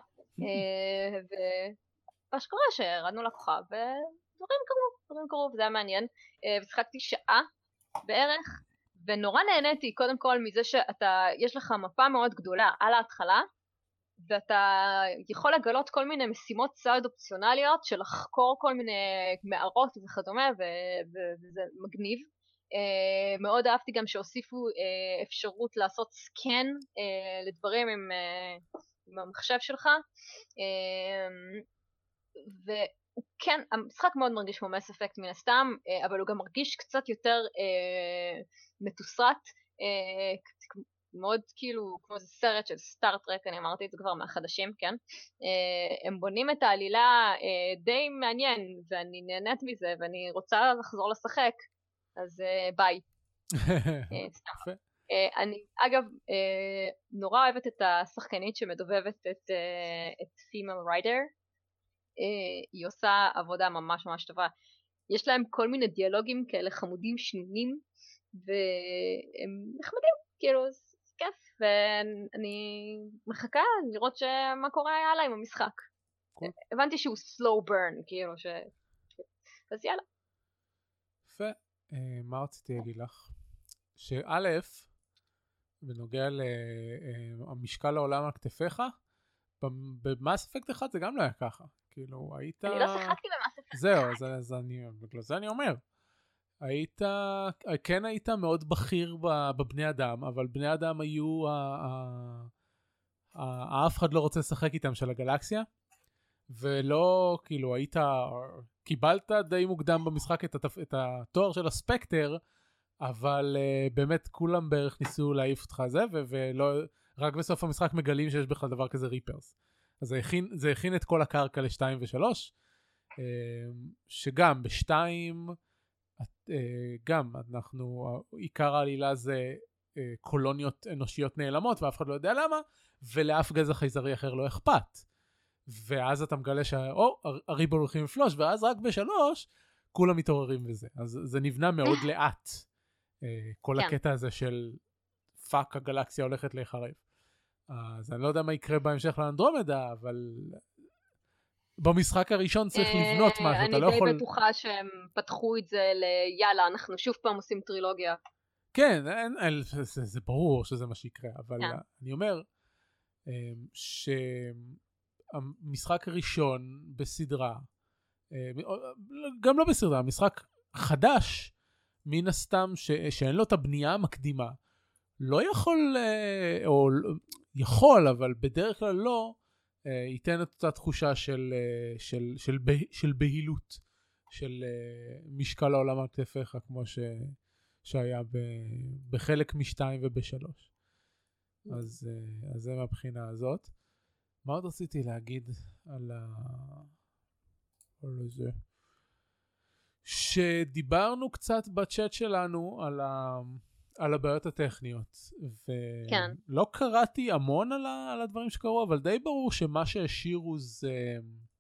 [SPEAKER 2] ומה שקורה שירדנו לכוכב, ודברים קרו, וזה היה מעניין, ושחקתי שעה בערך, ונורא נהניתי קודם כל מזה יש לך מפה מאוד גדולה על ההתחלה, ואתה יכול לגלות כל מיני משימות צעד אופציונליות של לחקור כל מיני מערות וכדומה, וזה מגניב. מאוד אהבתי גם שהוסיפו אפשרות לעשות סקן לדברים עם המחשב שלך, וכן, המשחק מאוד מרגיש כמו Mass Effect מן הסתם, אבל הוא גם מרגיש קצת יותר מתוסרט, מאוד כאילו כמו איזה סרט של סטארטרק, אני אמרתי את זה כבר מהחדשים, כן? הם בונים את העלילה די מעניין, ואני נהנית מזה, ואני רוצה לחזור לשחק, אז ביי. אני אגב נורא אוהבת את השחקנית שמדובבת את פימל ריידר, היא עושה עבודה ממש ממש טובה, יש להם כל מיני דיאלוגים כאלה חמודים שנונים, והם נחמדים, כאילו כיף, ואני מחכה לראות מה קורה הלאה עם המשחק. הבנתי שהוא slow burn, כאילו אז יאללה.
[SPEAKER 1] יפה. מה רציתי להגיד לך? שא', בנוגע למשקל העולם על כתפיך, במאס אפקט אחד זה גם לא היה ככה. כאילו, היית...
[SPEAKER 2] אני לא שיחקתי במאס אפקט.
[SPEAKER 1] זהו, בגלל זה אני אומר. כן היית מאוד בכיר בבני אדם, אבל בני אדם היו אף אחד לא רוצה לשחק איתם של הגלקסיה, ולא, כאילו, קיבלת די מוקדם במשחק את התואר של הספקטר, אבל באמת כולם בערך ניסו להעיף אותך זה, ורק בסוף המשחק מגלים שיש בכלל דבר כזה ריפרס. אז זה הכין את כל הקרקע ל-2 ו-3, שגם ב-2, גם עיקר העלילה זה קולוניות אנושיות נעלמות, ואף אחד לא יודע למה, ולאף גזע חייזרי אחר לא אכפת. ואז אתה מגלה הריבול הולכים לפלוש, ואז רק ב-3 כולם מתעוררים בזה. אז זה נבנה מאוד לאט. כל הקטע הזה של פאק הגלקסיה הולכת להיחרב. אז אני לא יודע מה יקרה בהמשך לאנדרומדה, אבל במשחק הראשון צריך לבנות משהו, אתה לא יכול...
[SPEAKER 2] אני די בטוחה שהם פתחו את זה ליאללה, אנחנו שוב פעם עושים טרילוגיה.
[SPEAKER 1] כן, זה ברור שזה מה שיקרה, אבל אני אומר שהמשחק הראשון בסדרה, גם לא בסדרה, משחק חדש, מן הסתם שאין לו את הבנייה המקדימה, לא יכול, או יכול, אבל בדרך כלל לא, ייתן את אותה תחושה של בהילות, של משקל העולם על כתפיך, כמו שהיה בחלק מ-2 וב-3. אז זה מהבחינה הזאת. מה עוד רציתי להגיד על שדיברנו קצת בצ'אט שלנו על הבעיות הטכניות, ולא קראתי המון על הדברים שקרו, אבל די ברור שמה שהשאירו זה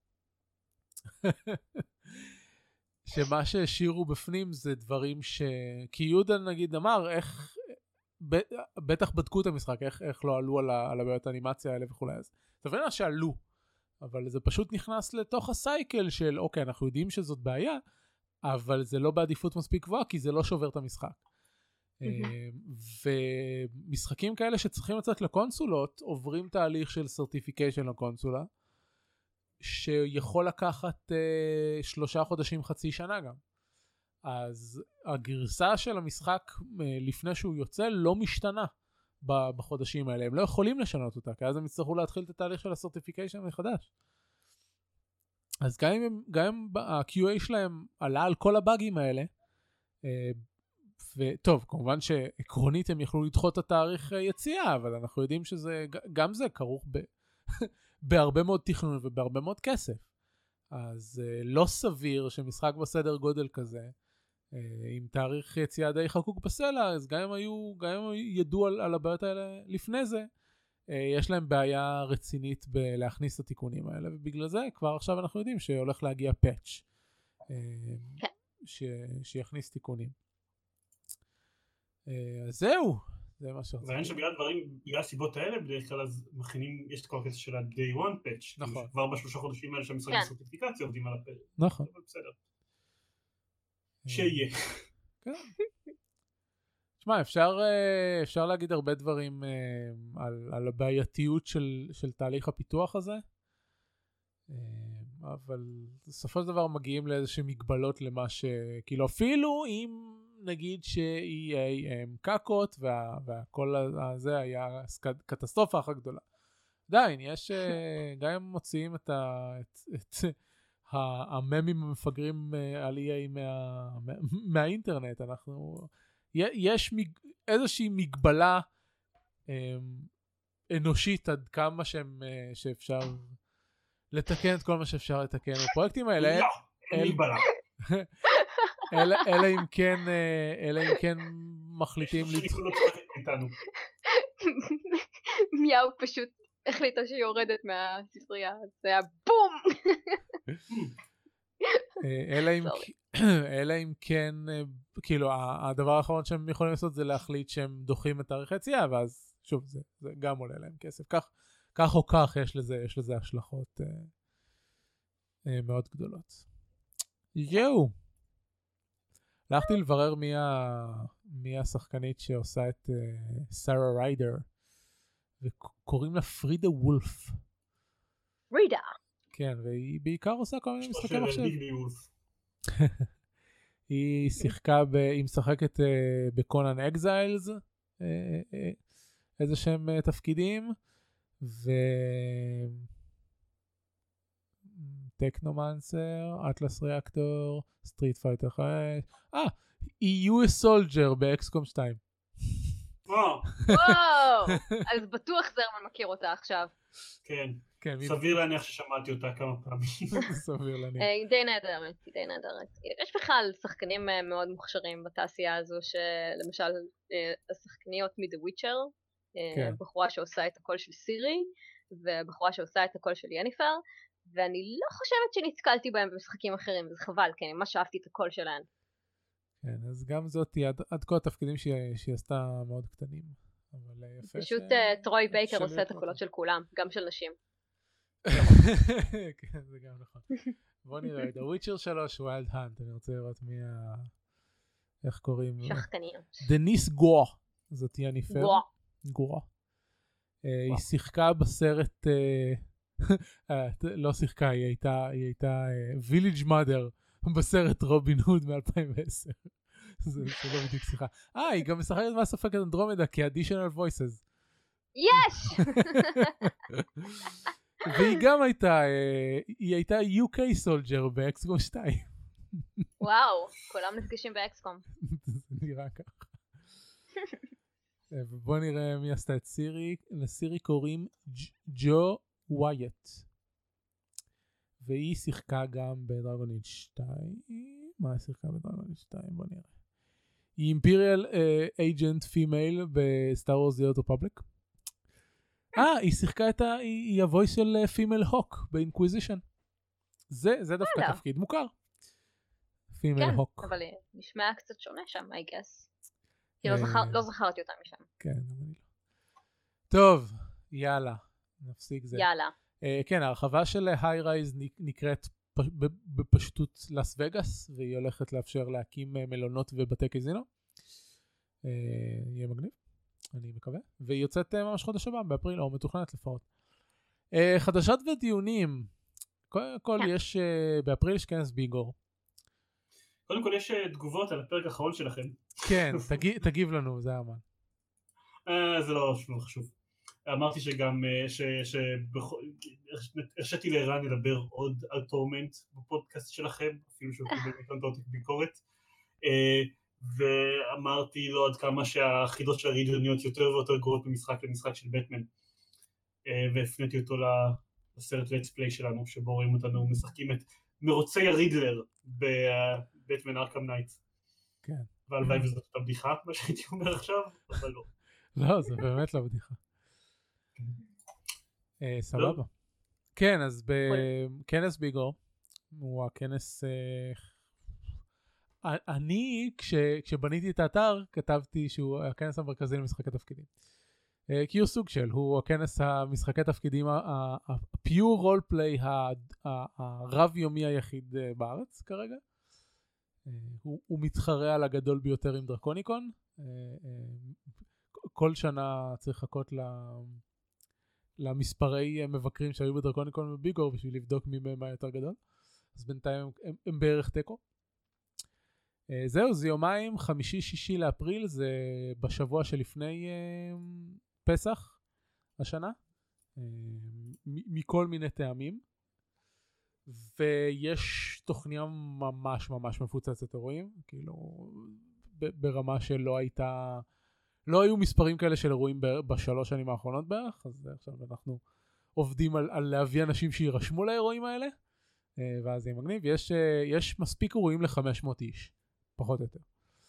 [SPEAKER 1] שמה שהשאירו בפנים זה דברים כי יהודה נגיד אמר איך בטח בדקו את המשחק, איך לא עלו על הבעיות האנימציה האלה וכו'. אז תבינה שעלו, אבל זה פשוט נכנס לתוך הסייקל של אוקיי, אנחנו יודעים שזאת בעיה, אבל זה לא בעדיפות מספיק גבוהה, כי זה לא שובר את המשחק. ומשחקים כאלה שצריכים לצאת לקונסולות, עוברים תהליך של סרטיפיקיישן לקונסולה, שיכול לקחת 3 חודשים, חצי שנה גם. אז הגרסה של המשחק לפני שהוא יוצא לא משתנה בחודשים האלה. הם לא יכולים לשנות אותה, כי אז הם יצטרכו להתחיל את התהליך של הסרטיפיקיישן מחדש. אז גם אם ה-QA שלהם עלה על כל הבאגים האלה, וטוב, כמובן שעקרונית הם יכלו לדחות את התאריך יציאה, אבל אנחנו יודעים שזה, גם זה כרוך בהרבה מאוד תכנון ובהרבה מאוד כסף. אז לא סביר שמשחק בסדר גודל כזה, עם תאריך יציאה די חקוק בסלע, אז גם הם ידעו על הבעיות האלה לפני זה, יש להם בעיה רצינית בלהכניס את התיקונים האלה, ובגלל זה כבר עכשיו אנחנו יודעים שהולך להגיע פאץ' שיכניס תיקונים. אז זהו, זה מה שרציתי.
[SPEAKER 3] ואין שבגלל דברים, בגלל הסיבות האלה, בדרך כלל אז מכינים, יש את כל הכסף של ה-day one patch,
[SPEAKER 1] נכון.
[SPEAKER 3] כבר ב3 חודשים האלה שהמשחק בסרטיפיקציה עובדים על הפאץ'.
[SPEAKER 1] נכון.
[SPEAKER 3] אבל בסדר. שיהיה.
[SPEAKER 1] כן. תשמע, אפשר להגיד הרבה דברים על הבעייתיות של תהליך הפיתוח הזה, אבל בסופו של דבר מגיעים לאיזושהי מגבלות למה כאילו אפילו אם נגיד ש-EA הם קקות והכל הזה היה קטסטרופה אחת גדולה. עדיין, יש, גם אם מוציאים את הממים המפגרים על EA מהאינטרנט, יש איזושהי מגבלה אנושית עד כמה שאפשר לתקן את כל מה שאפשר לתקן. הפרויקטים האלה, אלא אם כן מחליטים
[SPEAKER 2] מיהו פשוט החליטה שהיא יורדת מהספרייה, זה היה בום!
[SPEAKER 1] אלא אם כן, כאילו, הדבר האחרון שהם יכולים לעשות זה להחליט שהם דוחים את תאריך היציאה, ואז שוב, זה גם עולה להם כסף. כך או כך יש לזה השלכות מאוד גדולות. יואו! הלכתי לברר מי השחקנית שעושה את סארה ריידר, וקוראים לה פרידה וולף.
[SPEAKER 2] פרידה.
[SPEAKER 1] כן, והיא בעיקר עושה כל מיני משחקי מחשב. היא שיחקה, היא משחקת בקונן אקזיילס, איזה שהם תפקידים, טקנומנסר, אטלס ריאקטור, סטריט פייטר 5, היא US סולג'ר באקסקום 2.
[SPEAKER 3] וואו,
[SPEAKER 2] אז בטוח זרמן מכיר אותה עכשיו.
[SPEAKER 3] כן, סביר להניח ששמעתי אותה כמה פעמים.
[SPEAKER 1] סביר להניח.
[SPEAKER 2] היא די נהדרת. יש בכלל שחקנים מאוד מוכשרים בתעשייה הזו, שלמשל השחקניות מ-The Witcher, בחורה שעושה את הקול של סירי, ובחורה שעושה את הקול של יניפר, ואני לא חושבת שנתקלתי בהם במשחקים אחרים, וזה חבל, כי אני ממש אהבתי את הקול שלהם.
[SPEAKER 1] כן, אז גם זאתי, עד כל התפקידים שהיא עשתה מאוד קטנים. אבל יפה
[SPEAKER 2] פשוט טרוי בייקר עושה את הקולות של כולם, גם של נשים.
[SPEAKER 1] כן, זה גם נכון. בוא נראה, The Witcher 3 Wild Hunt, אני רוצה לראות איך קוראים?
[SPEAKER 2] שחקניות.
[SPEAKER 1] דניס גואה, זאת יניפר. גואה. היא שיחקה בסרט, לא שיחקה, היא הייתה Village Mother בסרט רובין הוד מ-2010. זה לא בדיוק שיחה. היא גם משחקת מה סופקת אנדרומדה כ-additional voices.
[SPEAKER 2] יש!
[SPEAKER 1] והיא גם הייתה UK soldier באקסקום 2.
[SPEAKER 2] וואו, כולם נפגשים באקסקום.
[SPEAKER 1] זה נראה ככה. ובוא נראה מי עשתה את סירי. לסירי קוראים ג'ו ווייט. והיא שיחקה גם בדרגון איג' 2. מה היא שיחקה בדרגון איג' 2? בוא נראה. היא אימפיריאל אייג'נט פימייל בסטאר וורס The Old Republic. היא שיחקה היא הוויס של פימייל הוק באינקוויזישן. זה דווקא תפקיד מוכר. פימייל הוק.
[SPEAKER 2] כן, אבל נשמע קצת שונה שם, I guess. כי לא זכרתי אותה משם.
[SPEAKER 1] כן, גם אני לא. טוב, יאללה. נפסיק זה.
[SPEAKER 2] יאללה.
[SPEAKER 1] כן, הרחבה של היי רייז נקראת בפשטות לס וגאס, והיא הולכת לאפשר להקים מלונות ובתי קזינו. יהיה מגניב, אני מקווה. והיא יוצאת ממש חודש הבא, באפריל, או מתוכננת לפחות. חדשות ודיונים. קודם כל יש, באפריל יש כנס ביגור.
[SPEAKER 3] קודם כל יש תגובות על הפרק האחרון שלכם.
[SPEAKER 1] כן, תגיב לנו, זה האמן.
[SPEAKER 3] זה לא חשוב. אמרתי שגם, הרשיתי לערן לדבר עוד על טורמנט בפודקאסט שלכם, אפילו שהוא קיבל מקלטות ביקורת, ואמרתי לו עד כמה שהחידות של הרידיוניות יותר ויותר גרועות במשחק למשחק של בטמן, והפניתי אותו לסרט Let's Play שלנו, שבו רואים אותנו משחקים את מרוצי הרידלר בבטמן ארכם נייט.
[SPEAKER 1] כן.
[SPEAKER 3] והלוואי וזאת אותה בדיחה, מה שהייתי אומר עכשיו, אבל לא.
[SPEAKER 1] לא, זה באמת לא בדיחה. סבבה. כן, אז בכנס ביגור, הוא הכנס, אני כשבניתי את האתר כתבתי שהוא הכנס המרכזי למשחקי תפקידים. כי הוא סוג של, הוא הכנס המשחקי תפקידים, הפיור רול פליי הרב יומי היחיד בארץ כרגע. הוא מתחרה על הגדול ביותר עם דרקוניקון. כל שנה צריך לחכות למספרי מבקרים שהיו בדרקוניקון וביגור בשביל לבדוק מי מהם היותר גדול. אז בינתיים הם בערך טקו. זהו, זה יומיים, 5-6 לאפריל, זה בשבוע שלפני פסח השנה, מכל מיני טעמים. ויש תוכניה ממש ממש מפוצצת אירועים, כאילו ברמה שלא הייתה, לא היו מספרים כאלה של אירועים בשלוש שנים האחרונות בערך, אז עכשיו אנחנו עובדים על להביא אנשים שירשמו לאירועים האלה, ואז זה מגניב. יש מספיק אירועים ל-500 איש, פחות או יותר.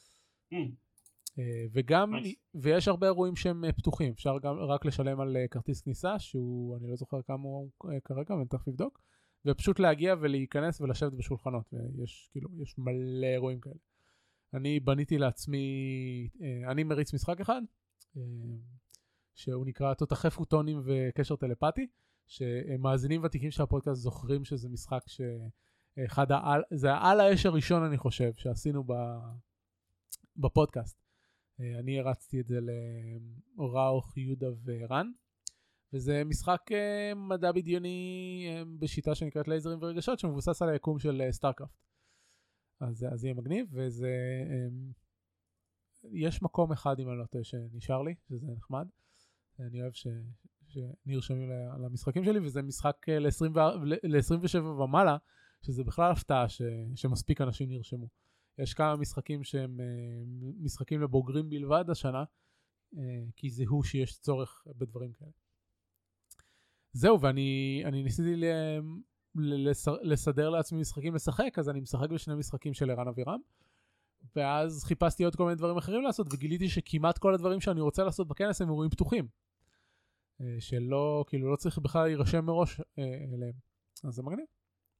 [SPEAKER 1] וגם, ויש הרבה אירועים שהם פתוחים, אפשר גם רק לשלם על כרטיס כניסה, שהוא, אני לא זוכר כמה הוא כרגע, אני תכף לבדוק, ופשוט להגיע ולהיכנס ולשבת בשולחנות, ויש כאילו, יש מלא אירועים כאלה. אני בניתי לעצמי, אני מריץ משחק אחד, שהוא נקרא תותחי פוטונים וקשר טלפתי, שמאזינים ותיקים של הפודקאסט זוכרים שזה משחק שאחד זה העל האש הראשון אני חושב, שעשינו בפודקאסט. אני הרצתי את זה לאוראוך, יהודה ורן, וזה משחק מדע בדיוני בשיטה שנקראת לייזרים ורגשות, שמבוסס על היקום של סטארקראפט. אז יהיה מגניב, וזה, יש מקום אחד אם אני לא טועה שנשאר לי, שזה נחמד. אני אוהב שנרשמים למשחקים שלי, וזה משחק ל-27 ומעלה, שזה בכלל הפתעה שמספיק אנשים נרשמו. יש כמה משחקים שהם משחקים לבוגרים בלבד השנה, כי זהו שיש צורך בדברים כאלה. זהו, ואני ניסיתי לסדר לעצמי משחקים לשחק, אז אני משחק בשני משחקים של ערן אבירם, ואז חיפשתי עוד כל מיני דברים אחרים לעשות, וגיליתי שכמעט כל הדברים שאני רוצה לעשות בכנס הם אירועים פתוחים, שלא, כאילו לא צריך בכלל להירשם מראש אליהם, אז זה מגניב.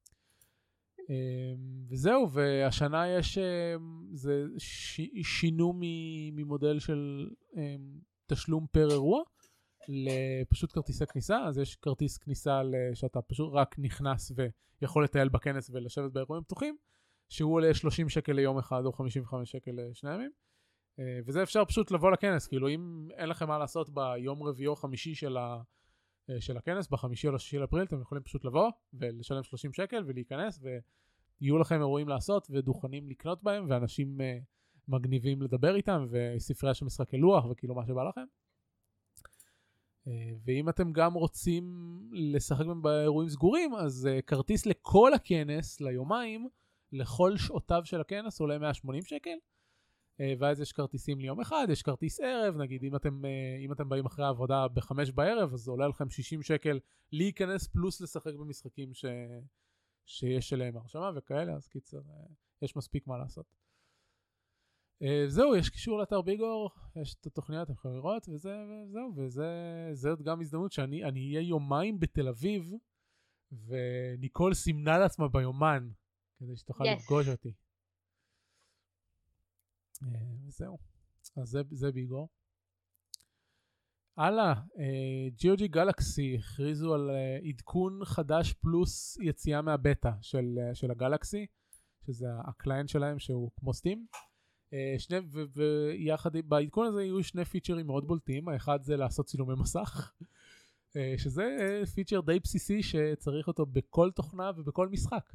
[SPEAKER 1] וזהו, והשנה יש, זה שינו ממודל של תשלום פר אירוע, לפשוט כרטיסי כניסה. אז יש כרטיס כניסה שאתה פשוט רק נכנס ויכול לטייל בכנס ולשבת באירועים פתוחים, שהוא עולה 30 שקל ליום אחד או 55 שקל לשני ימים, וזה אפשר פשוט לבוא לכנס, כאילו אם אין לכם מה לעשות ביום רביעי או חמישי של הכנס, בחמישי או לשישי לאפריל, אתם יכולים פשוט לבוא ולשלם 30 שקל ולהיכנס, ויהיו לכם אירועים לעשות ודוכנים לקנות בהם, ואנשים מגניבים לדבר איתם, וספרייה של משחקי לוח וכאילו מה שבא לכם. ואם אתם גם רוצים לשחק באירועים סגורים, אז כרטיס לכל הכנס, ליומיים, לכל שעותיו של הכנס עולה 180 שקל, ואז יש כרטיסים ליום אחד, יש כרטיס ערב, נגיד אם אתם באים אחרי העבודה ב-5 בערב, אז זה עולה לכם 60 שקל להיכנס פלוס לשחק במשחקים שיש אליהם הרשמה וכאלה, אז קיצר, יש מספיק מה לעשות. זהו, יש קישור לאתר ביגור, יש את התוכניות, אתם יכולים לראות, וזהו, וזה גם הזדמנות שאני אהיה יומיים בתל אביב, וניקול סימנה לעצמה ביומן, כדי שתוכל לפגוש אותי. וזהו, אז זה ביגור. הלאה, GOG גלקסי הכריזו על עדכון חדש פלוס יציאה מהבטא של הגלקסי, שזה הקליינט שלהם שהוא כמו סטים. ויחד בעדכון הזה יהיו שני פיצ'רים מאוד בולטים. האחד זה לעשות צילומי מסך, שזה פיצ'ר די בסיסי שצריך אותו בכל תוכנה ובכל משחק.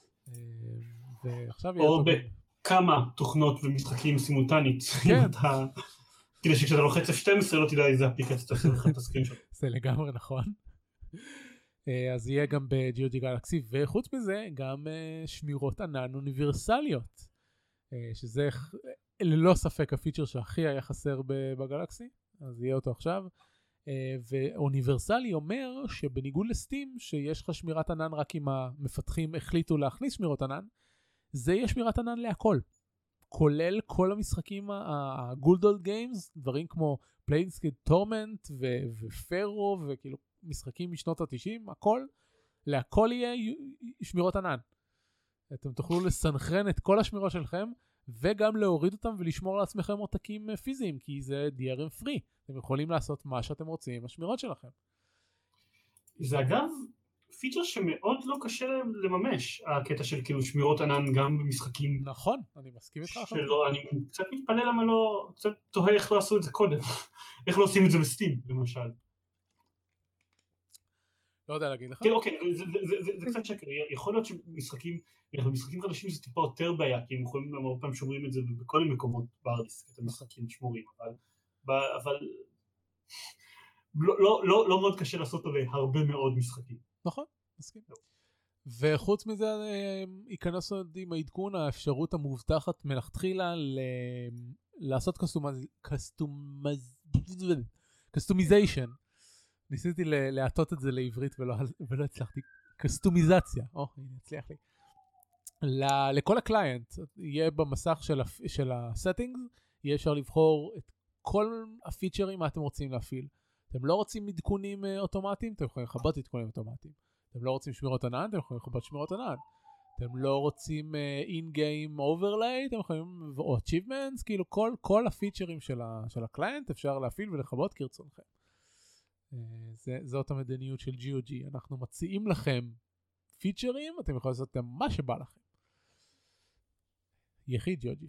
[SPEAKER 3] או בכמה תוכנות ומשחקים סימולטנית. כן. כדי שכשאתה לוחץ F12 לא תדע איזה אפליקציה תעשה לך את הסקרין שלו.
[SPEAKER 1] זה לגמרי נכון. אז יהיה גם ב-GOG גלקסי, וחוץ מזה גם שמירות ענן אוניברסליות, שזה ללא ספק הפיצ'ר שהכי היה חסר בגלקסי, אז יהיה אותו עכשיו. ואוניברסלי אומר שבניגוד לסטים, שיש לך שמירת ענן רק אם המפתחים החליטו להכניס שמירות ענן, זה יהיה שמירת ענן להכל. כולל כל המשחקים הגולדולד גיימס, דברים כמו פליינסקייד טורמנט ופרו וכאילו משחקים משנות ה-90, להכל יהיה שמירות ענן. אתם תוכלו לסנכרן את כל השמירות שלכם וגם להוריד אותם ולשמור לעצמכם עותקים פיזיים, כי זה DRM free. אתם יכולים לעשות מה שאתם רוצים עם השמירות שלכם.
[SPEAKER 3] זה אגב פיצ'ר שמאוד לא קשה לממש, הקטע של כאילו שמירות ענן גם במשחקים.
[SPEAKER 1] נכון, אני מסכים איתך.
[SPEAKER 3] אני קצת מתפלא למה לא, קצת תוהה איך לא עשו את זה קודם. איך לא עושים את זה בסטים, למשל.
[SPEAKER 1] לא יודע להגיד לך.
[SPEAKER 3] כן, אוקיי, זה קצת שקר. יכול להיות שמשחקים חדשים זה טיפה יותר בעיה, כי הם יכולים הרבה פעמים שומרים את זה בכל מיני מקומות בארדיסק, את המשחקים שמורים, אבל לא מאוד קשה לעשות אותו להרבה מאוד משחקים.
[SPEAKER 1] נכון, מסכים. וחוץ מזה, ייכנס עוד עם העדכון האפשרות המובטחת מלכתחילה לעשות קסטומיזיישן. ניסיתי להטות את זה לעברית ולא הצלחתי. קסטומיזציה. הנה, הצליח לי. לכל הקליינט, יהיה במסך של הסטינגס, יהיה אפשר לבחור את כל הפיצ'רים מה אתם רוצים להפעיל. אתם לא רוצים עדכונים אוטומטיים, אתם יכולים לכבות עדכונים אוטומטיים. אתם לא רוצים שמירות ענן, אתם יכולים לכבות שמירות ענן. אתם לא רוצים in-game overlay, אתם יכולים, או achievements, כאילו כל הפיצ'רים של הקליינט אפשר להפעיל ולכבות כרצונכם. זאת המדיניות של GOG. אנחנו מציעים לכם פיצ'רים, אתם יכולים לעשות מה שבא לכם. יחיד GOG.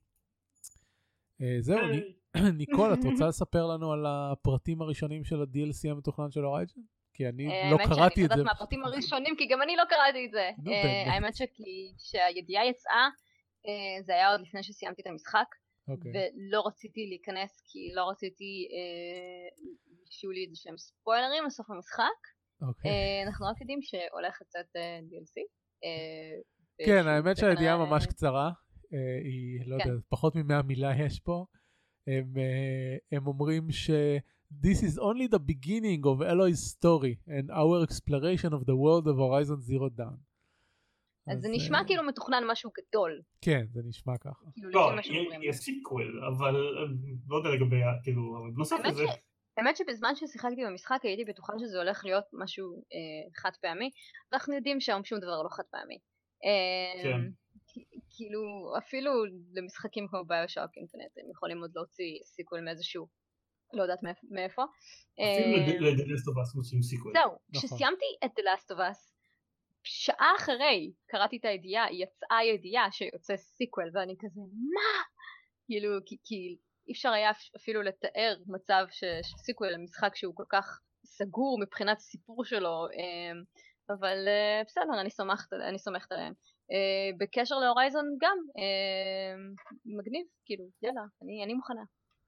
[SPEAKER 1] זהו, ניקול, את רוצה לספר לנו על הפרטים הראשונים של ה-DLC המתוכנן של הורייזן? כי אני לא קראתי את זה.
[SPEAKER 2] האמת שאני יודעת מהפרטים הראשונים, כי גם אני לא קראתי את זה. האמת שהידיעה יצאה, זה היה עוד לפני שסיימתי את המשחק, ולא רציתי להיכנס, כי לא רציתי שיהיו לי איזה שהם ספוילרים לסוף המשחק. אנחנו רק יודעים שהולך לצאת DLC.
[SPEAKER 1] כן, האמת שהידיעה ממש קצרה. היא, לא יודע, פחות מ100 מילה יש פה. הם אומרים ש This is only the beginning of Aloy's story and our exploration of the world of Horizon Zero Dawn.
[SPEAKER 2] אז זה נשמע כאילו מתוכנן משהו גדול.
[SPEAKER 1] כן, זה נשמע ככה.
[SPEAKER 3] לא, יש סיקוול, אבל לא יודע לגבי, כאילו, בנוסף לזה.
[SPEAKER 2] האמת שבזמן ששיחקתי במשחק הייתי בטוחה שזה הולך להיות משהו חד פעמי. אנחנו יודעים שהיום שום דבר לא חד פעמי.
[SPEAKER 3] כן.
[SPEAKER 2] כאילו, אפילו למשחקים כמו ביושוק אינפינט, הם יכולים עוד להוציא סיקוול מאיזשהו, לא יודעת מאיפה.
[SPEAKER 3] אפילו ל-The Last of Us מוצאים סיקוול.
[SPEAKER 2] זהו, כשסיימתי את The Last of Us, שעה אחרי קראתי את הידיעה, יצאה ידיעה שיוצא סיקוול, ואני כזה, מה? כאילו, כי אי אפשר היה אפילו לתאר מצב שסיקוול למשחק שהוא כל כך סגור מבחינת הסיפור שלו, אבל בסדר, אני סומכת עליהם. בקשר להורייזון גם, מגניב, כאילו, יאללה, אני מוכנה.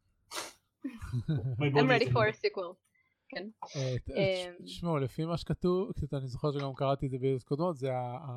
[SPEAKER 2] I'm ready for a sequel. כן.
[SPEAKER 1] תשמעו, לפי מה שכתוב, אני זוכר שגם קראתי את זה בידיעות קודמות, זה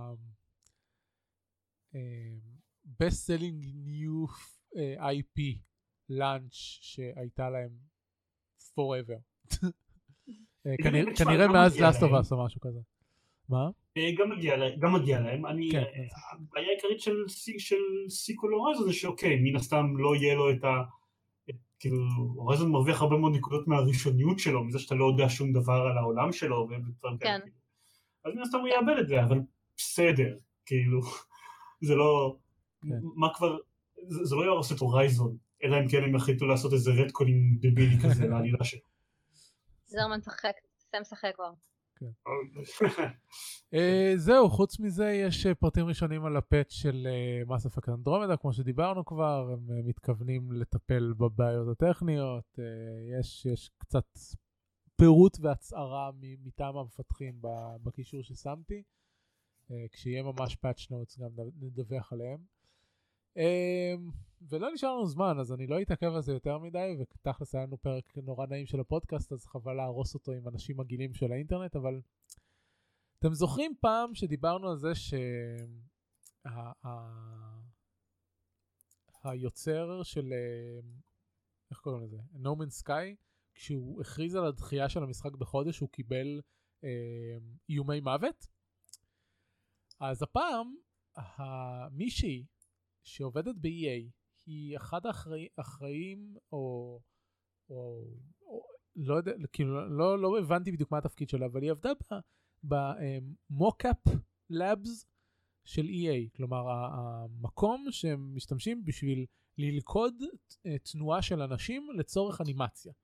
[SPEAKER 1] best selling new IP launch שהייתה להם forever. כנראה מאז Last of Us או משהו כזה. מה?
[SPEAKER 3] גם מגיע להם. הבעיה העיקרית של סיקוול הורייזון זה שאוקיי, מן הסתם לא יהיה לו את ה... כאילו, הורייזון מרוויח הרבה מאוד נקודות מהראשוניות שלו, מזה שאתה לא יודע שום דבר על העולם שלו,
[SPEAKER 2] כן.
[SPEAKER 3] אז מן הסתם הוא יאבד את זה, אבל בסדר, כאילו, זה לא... מה כבר... זה לא יהרוס את הורייזון, אלא אם כן הם החליטו לעשות איזה רדקונים דבילי כזה לעלילה שלו.
[SPEAKER 2] זרמן שחק, סם שחק כבר.
[SPEAKER 1] זהו, חוץ מזה יש פרטים ראשונים על הפאץ' של Mass Effect Andromeda, כמו שדיברנו כבר, הם מתכוונים לטפל בבעיות הטכניות, יש קצת פירוט והצערה מטעם המפתחים בקישור ששמתי, כשיהיה ממש patch notes גם נדווח עליהם. ולא נשאר לנו זמן, אז אני לא אתעכב על זה יותר מדי, ותכלס היה לנו פרק נורא נעים של הפודקאסט, אז חבל להרוס אותו עם אנשים מגעילים של האינטרנט, אבל אתם זוכרים פעם שדיברנו על זה היוצר של, איך קוראים לזה? No Man's Sky, כשהוא הכריז על הדחייה של המשחק בחודש, הוא קיבל איומי מוות. אז הפעם, מישהי שעובדת ב-EA, היא אחד האחראים, או לא יודע, כאילו, לא הבנתי בדיוק מה התפקיד שלה, אבל היא עבדה במוקאפ לאבס של EA, כלומר, המקום שהם משתמשים בשביל ללכוד תנועה של אנשים לצורך אנימציה.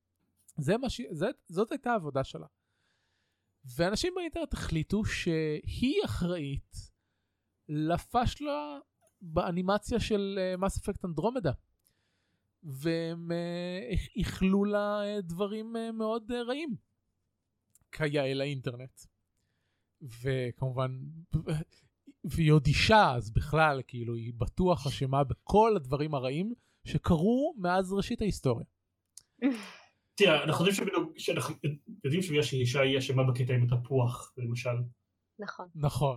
[SPEAKER 1] זאת הייתה העבודה שלה. ואנשים באינטרנט החליטו שהיא אחראית לפשלה באנימציה של Mass Effect Andromeda. והם הכלו לה דברים מאוד רעים. כיאה לאינטרנט. וכמובן, והיא עוד אישה, אז בכלל, כאילו, היא בטוח אשמה בכל הדברים הרעים שקרו מאז ראשית ההיסטוריה.
[SPEAKER 3] תראה, אנחנו יודעים שבגלל שהיא אישה היא אשמה בקטע עם התפוח, למשל.
[SPEAKER 2] נכון.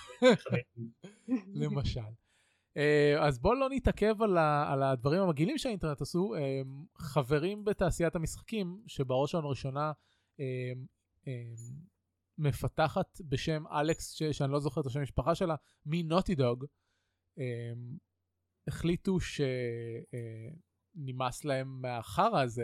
[SPEAKER 1] למשל. אז בואו לא נתעכב על הדברים המגעילים שהאינטרנט עשו. חברים בתעשיית המשחקים, שבראש הראשונה מפתחת בשם אלכס, שאני לא זוכר את השם המשפחה שלה, מנוטי דוג, החליטו שנמאס להם מהחרא הזה,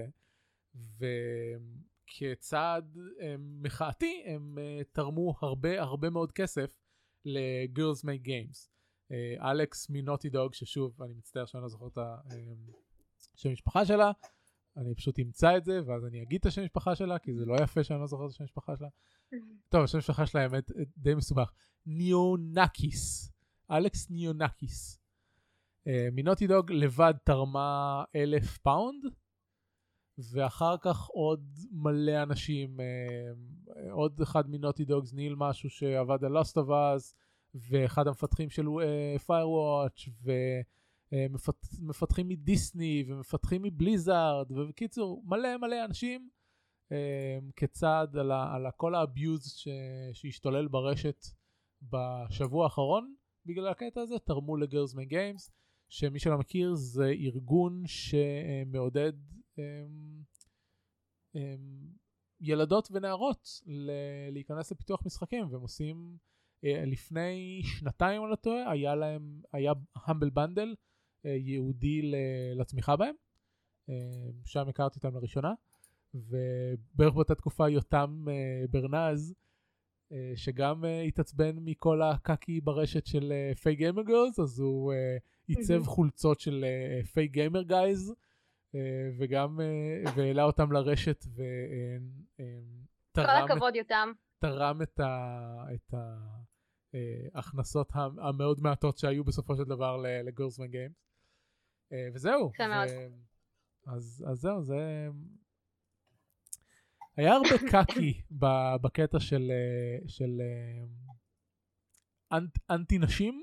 [SPEAKER 1] וכצעד מחאתי הם תרמו הרבה מאוד כסף ל-Girls Make Games. אלכס מנוטי דוג, ששוב, אני מצטער שאני לא זוכר את השם המשפחה שלה, אני פשוט אמצא את זה, ואז אני אגיד את השם המשפחה שלה, כי זה לא יפה שאני לא זוכר את השם המשפחה שלה. טוב, השם המשפחה שלה האמת די מסובך. ניונקיס. אלכס ניונקיס. מנוטי דוג לבד תרמה 1,000 פאונד, ואחר כך עוד מלא אנשים, עוד אחד מנוטי דוגס, ניל משהו שעבד על Last of Us, ואחד המפתחים של Firewatch, ומפתחים מדיסני, ומפתחים מבליזארד, ובקיצור, מלא אנשים, כצעד על כל האביוז שהשתולל ברשת בשבוע האחרון, בגלל הקטע הזה, תרמו ל-Girls Make Games, שמי שלא מכיר זה ארגון שמעודד ילדות ונערות להיכנס לפיתוח משחקים, והם עושים, לפני 2 על הטועה, היה Humble Bundle יהודי לתמיכה בהם, שם הכרתי אותם לראשונה, ובערך באותה תקופה יותם ברנז, שגם התעצבן מכל הקקי ברשת של Fake Gamer Girls, אז הוא ייצב חולצות של Fake Gamer Guys, וגם והעלה אותם לרשת
[SPEAKER 2] כל הכבוד יותם.
[SPEAKER 1] תרם את ההכנסות המאוד מעטות שהיו בסופו של דבר ל-Girls Make Games. וזהו. אז זהו, זה היה הרבה קקי בקטע של אנטי נשים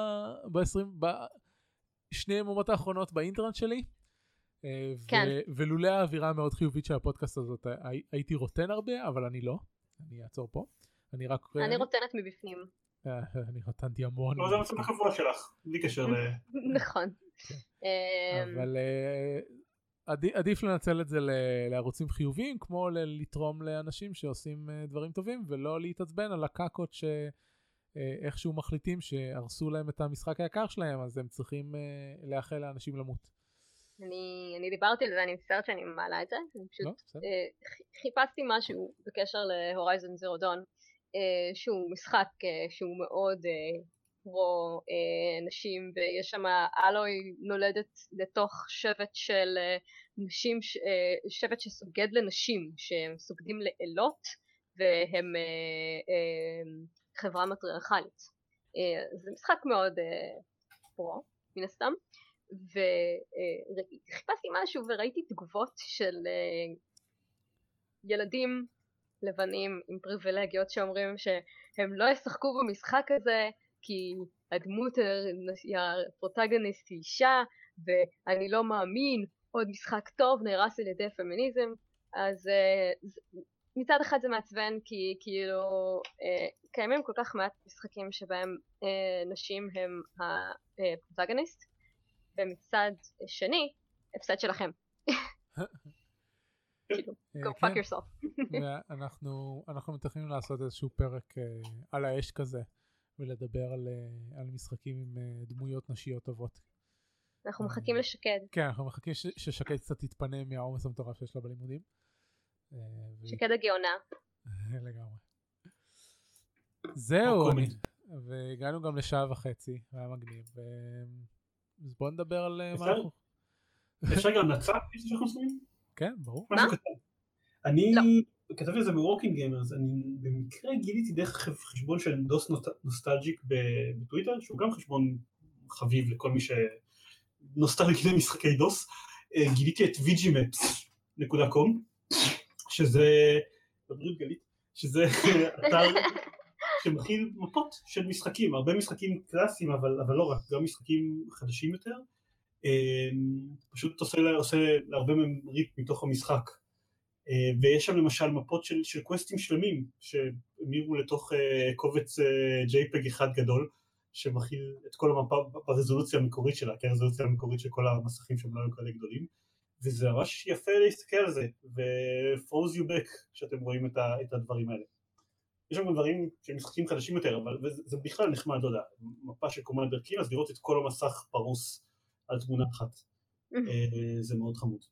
[SPEAKER 1] בשני יממות האחרונות באינטרנט שלי. ולולא האווירה המאוד חיובית של הפודקאסט הזאת הייתי רוטן הרבה, אבל אני לא, אני אעצור פה, אני
[SPEAKER 2] רוטנת מבפנים.
[SPEAKER 1] אני רוטנתי המון.
[SPEAKER 3] זה המצב הקבוע שלך, בלי קשר ל...
[SPEAKER 2] נכון.
[SPEAKER 1] אבל עדיף לנצל את זה לערוצים חיוביים, כמו לתרום לאנשים שעושים דברים טובים, ולא להתעצבן על הקקות שאיכשהו מחליטים שהרסו להם את המשחק היקר שלהם, אז הם צריכים לאחל לאנשים למות.
[SPEAKER 2] אני דיברתי על זה, אני מצטערת שאני מעלה את זה, אני פשוט חיפשתי משהו בקשר להורייזן זירו דון, שהוא משחק שהוא מאוד פרו נשים, ויש שם אלוי נולדת לתוך שבט של נשים, שבט שסוגד לנשים, שהם סוגדים לאלות, והם חברה מטריארכלית. זה משחק מאוד פרו, מן הסתם. וחיפשתי משהו וראיתי תגובות של ילדים לבנים עם פריבילגיות שאומרים שהם לא ישחקו במשחק הזה כי הדמות הפרוטגוניסט היא אישה ואני לא מאמין, עוד משחק טוב נהרס על ידי פמיניזם. אז מצד אחד זה מעצבן כי כאילו קיימים כל כך מעט משחקים שבהם נשים הם הפרוטגוניסט, ומצד שני, הפסד שלכם. כאילו, go fuck yourself.
[SPEAKER 1] ואנחנו מתכננים לעשות איזשהו פרק על האש כזה, ולדבר על משחקים עם דמויות נשיות טובות.
[SPEAKER 2] אנחנו מחכים לשקד.
[SPEAKER 1] כן, אנחנו מחכים ששקד קצת תתפנה מהעומס המטורף שיש לה בלימודים.
[SPEAKER 2] שקד הגאונה.
[SPEAKER 1] לגמרי. זהו, והגענו גם לשעה וחצי, היה מגניב. אז בואו נדבר על מה אנחנו...
[SPEAKER 3] אפשר גם נצא? יש שאנחנו עושים?
[SPEAKER 1] כן, ברור.
[SPEAKER 3] משהו קטן. אני כתבתי את זה בוורקינג גיימרס, אני במקרה גיליתי דרך חשבון של דוס נוסטלג'יק בטוויטר, שהוא גם חשבון חביב לכל מי שנוסטלגי למשחקי דוס, גיליתי את VGMaps.com, שזה, בבריאות גלית, שזה אתר שמכיל מפות של משחקים, הרבה משחקים קלאסיים, אבל לא רק, גם משחקים חדשים יותר, פשוט עושה להרבה ריפ מתוך המשחק, ויש שם למשל מפות של קווסטים שלמים, שהמירו לתוך קובץ JPEG אחד גדול, שמכיל את כל המפה ברזולוציה המקורית שלה, כי הרזולוציה המקורית של כל המסכים שם לא היו כאלה גדולים, וזה ממש יפה להסתכל על זה, ו-froze you back כשאתם רואים את הדברים האלה. יש שם דברים שהם משחקים חדשים יותר, אבל זה בכלל נחמד, לא יודע, מפה של קומנדר קין, אז לראות את כל המסך פרוס על תמונה אחת. זה מאוד חמוד.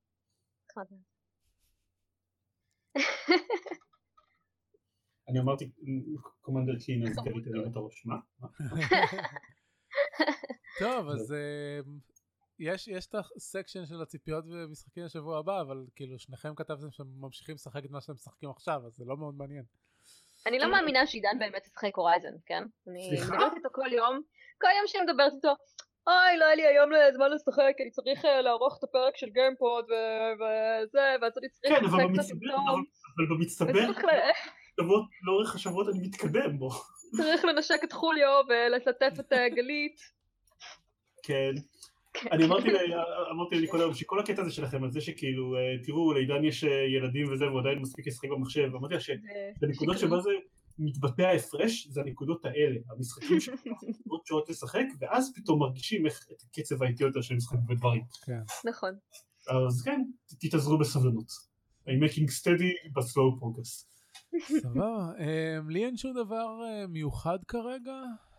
[SPEAKER 3] אני אמרתי קומנדר קין, אז קראתי להם את הראש, מה?
[SPEAKER 1] טוב, אז יש את הסקשן של הציפיות במשחקים לשבוע הבא, אבל כאילו שניכם כתבתם שהם ממשיכים לשחק את מה שהם משחקים עכשיו, אז זה לא מאוד מעניין.
[SPEAKER 2] אני לא מאמינה שעידן באמת ישחק הורייזן, כן? אני מדברת איתו כל יום שאני מדברת איתו, אוי, לא היה לי היום זמן לשחק, אני צריך לערוך את הפרק של גיימפוד וזה, ואז אני צריך לשחק קצת איתו.
[SPEAKER 3] אבל במצטבר, לאורך השבועות אני מתקדם בו.
[SPEAKER 2] צריך לנשק את חוליו ולשתף את גלית.
[SPEAKER 3] כן. אני אמרתי לי כל היום שכל הקטע הזה שלכם על זה שכאילו תראו לעידן יש ילדים וזה והוא עדיין מספיק לשחק במחשב, אמרתי לה שבנקודות שבה זה מתבטא ההפרש זה הנקודות האלה, המשחקים שעוד שעות לשחק ואז פתאום מרגישים איך את הקצב האיטי יותר של משחק בדברים.
[SPEAKER 2] נכון.
[SPEAKER 3] אז כן, תתעזרו בסבלנות. I'm making steady but slow progress.
[SPEAKER 1] סבבה, לי אין שום דבר מיוחד כרגע.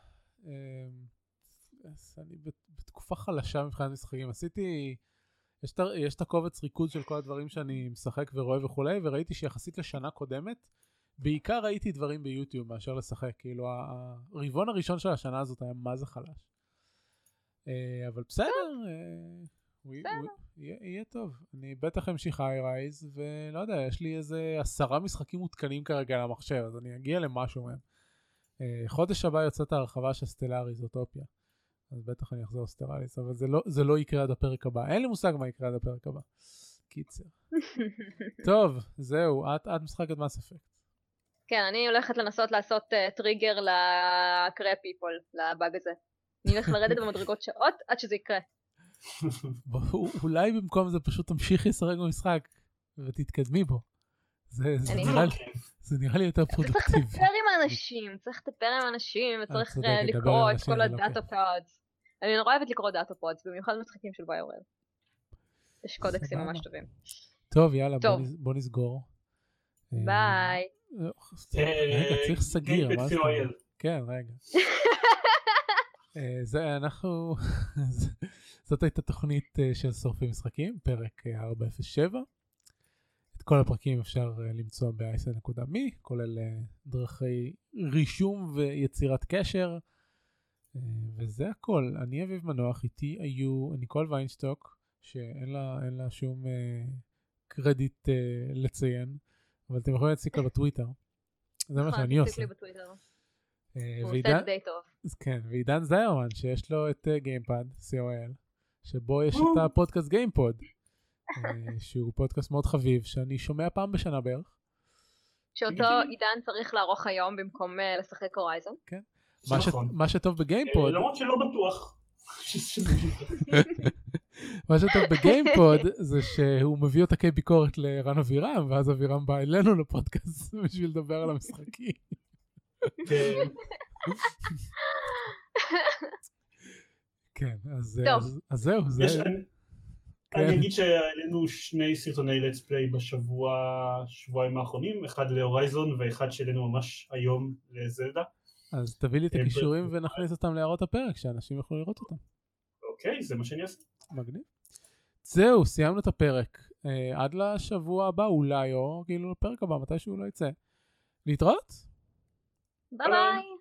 [SPEAKER 1] אני בתקופה חלשה מבחינת משחקים, יש את הקובץ ריקוד של כל הדברים שאני משחק ורואה וכולי, וראיתי שיחסית לשנה קודמת, בעיקר ראיתי דברים ביוטיוב מאשר לשחק, כאילו הרבעון הראשון של השנה הזאת היה מה זה חלש. אבל בסדר, יהיה טוב, אני בטח אמשיך Hi-Rise, ולא יודע, יש לי איזה 10 משחקים מותקנים כרגע על המחשב, אז אני אגיע למשהו מהם. חודש הבא יוצאת הרחבה של סטלאריס אוטופיה. אז בטח אני אחזור סטלאריס, אבל זה לא יקרה עד הפרק הבא. אין לי מושג מה יקרה עד הפרק הבא. קיצר. טוב, זהו, את משחקת Mass Effect.
[SPEAKER 2] כן, אני הולכת לנסות לעשות טריגר לקרא פיפול, לבאג הזה. אני הולכת לרדת במדרגות שעות עד שזה יקרה.
[SPEAKER 1] אולי במקום זה פשוט תמשיכי לשחק במשחק ותתקדמי בו. זה נראה לי יותר פרודוקטיבי.
[SPEAKER 2] צריך לדבר עם אנשים, וצריך לקרוא את כל הדאטה פודס. אני נורא אוהבת לקרוא דאטה פודס, במיוחד משחקים של ביורל. יש קודקסים ממש טובים.
[SPEAKER 1] טוב, יאללה, בוא נסגור.
[SPEAKER 2] ביי.
[SPEAKER 1] רגע, צריך סגיר. כן, רגע. זאת הייתה תוכנית של שורפים משחקים, פרק 407. את כל הפרקים אפשר למצוא ב-isl.me, כולל דרכי רישום ויצירת קשר. וזה הכל. אני אביב מנוח, איתי היו ניקול ויינשטוק, שאין לה שום קרדיט לציין, אבל אתם יכולים להציק לה בטוויטר. זה מה שאני עושה.
[SPEAKER 2] הוא עושה די טוב.
[SPEAKER 1] כן, ועידן זיירמן, שיש לו את גיימפד, COL, שבו יש את הפודקאסט גיימפוד, שהוא פודקאסט מאוד חביב, שאני שומע פעם בשנה בערך.
[SPEAKER 2] שאותו עידן צריך לערוך היום במקום לשחק הורייזון.
[SPEAKER 1] כן. מה שטוב בגיימפוד...
[SPEAKER 3] למרות שלא בטוח.
[SPEAKER 1] מה שטוב בגיימפוד זה שהוא מביא אותה כביקורת לרן אבירם, ואז אבירם בא אלינו לפודקאסט בשביל לדבר על המשחקים.
[SPEAKER 3] כן.
[SPEAKER 1] כן, אז זהו.
[SPEAKER 3] אני אגיד שהעלינו 2 סרטוני let's play בשבועיים האחרונים, אחד להורייזון ואחד שלנו ממש היום לזלדה.
[SPEAKER 1] אז תביא לי את הכישורים ונכניס אותם להערות הפרק, שאנשים יוכלו לראות אותם.
[SPEAKER 3] אוקיי, זה מה שאני אעשה.
[SPEAKER 1] מגניב. זהו, סיימנו את הפרק. עד לשבוע הבא אולי, או כאילו לפרק הבא, מתישהו לא יצא. להתראות?
[SPEAKER 2] ביי ביי.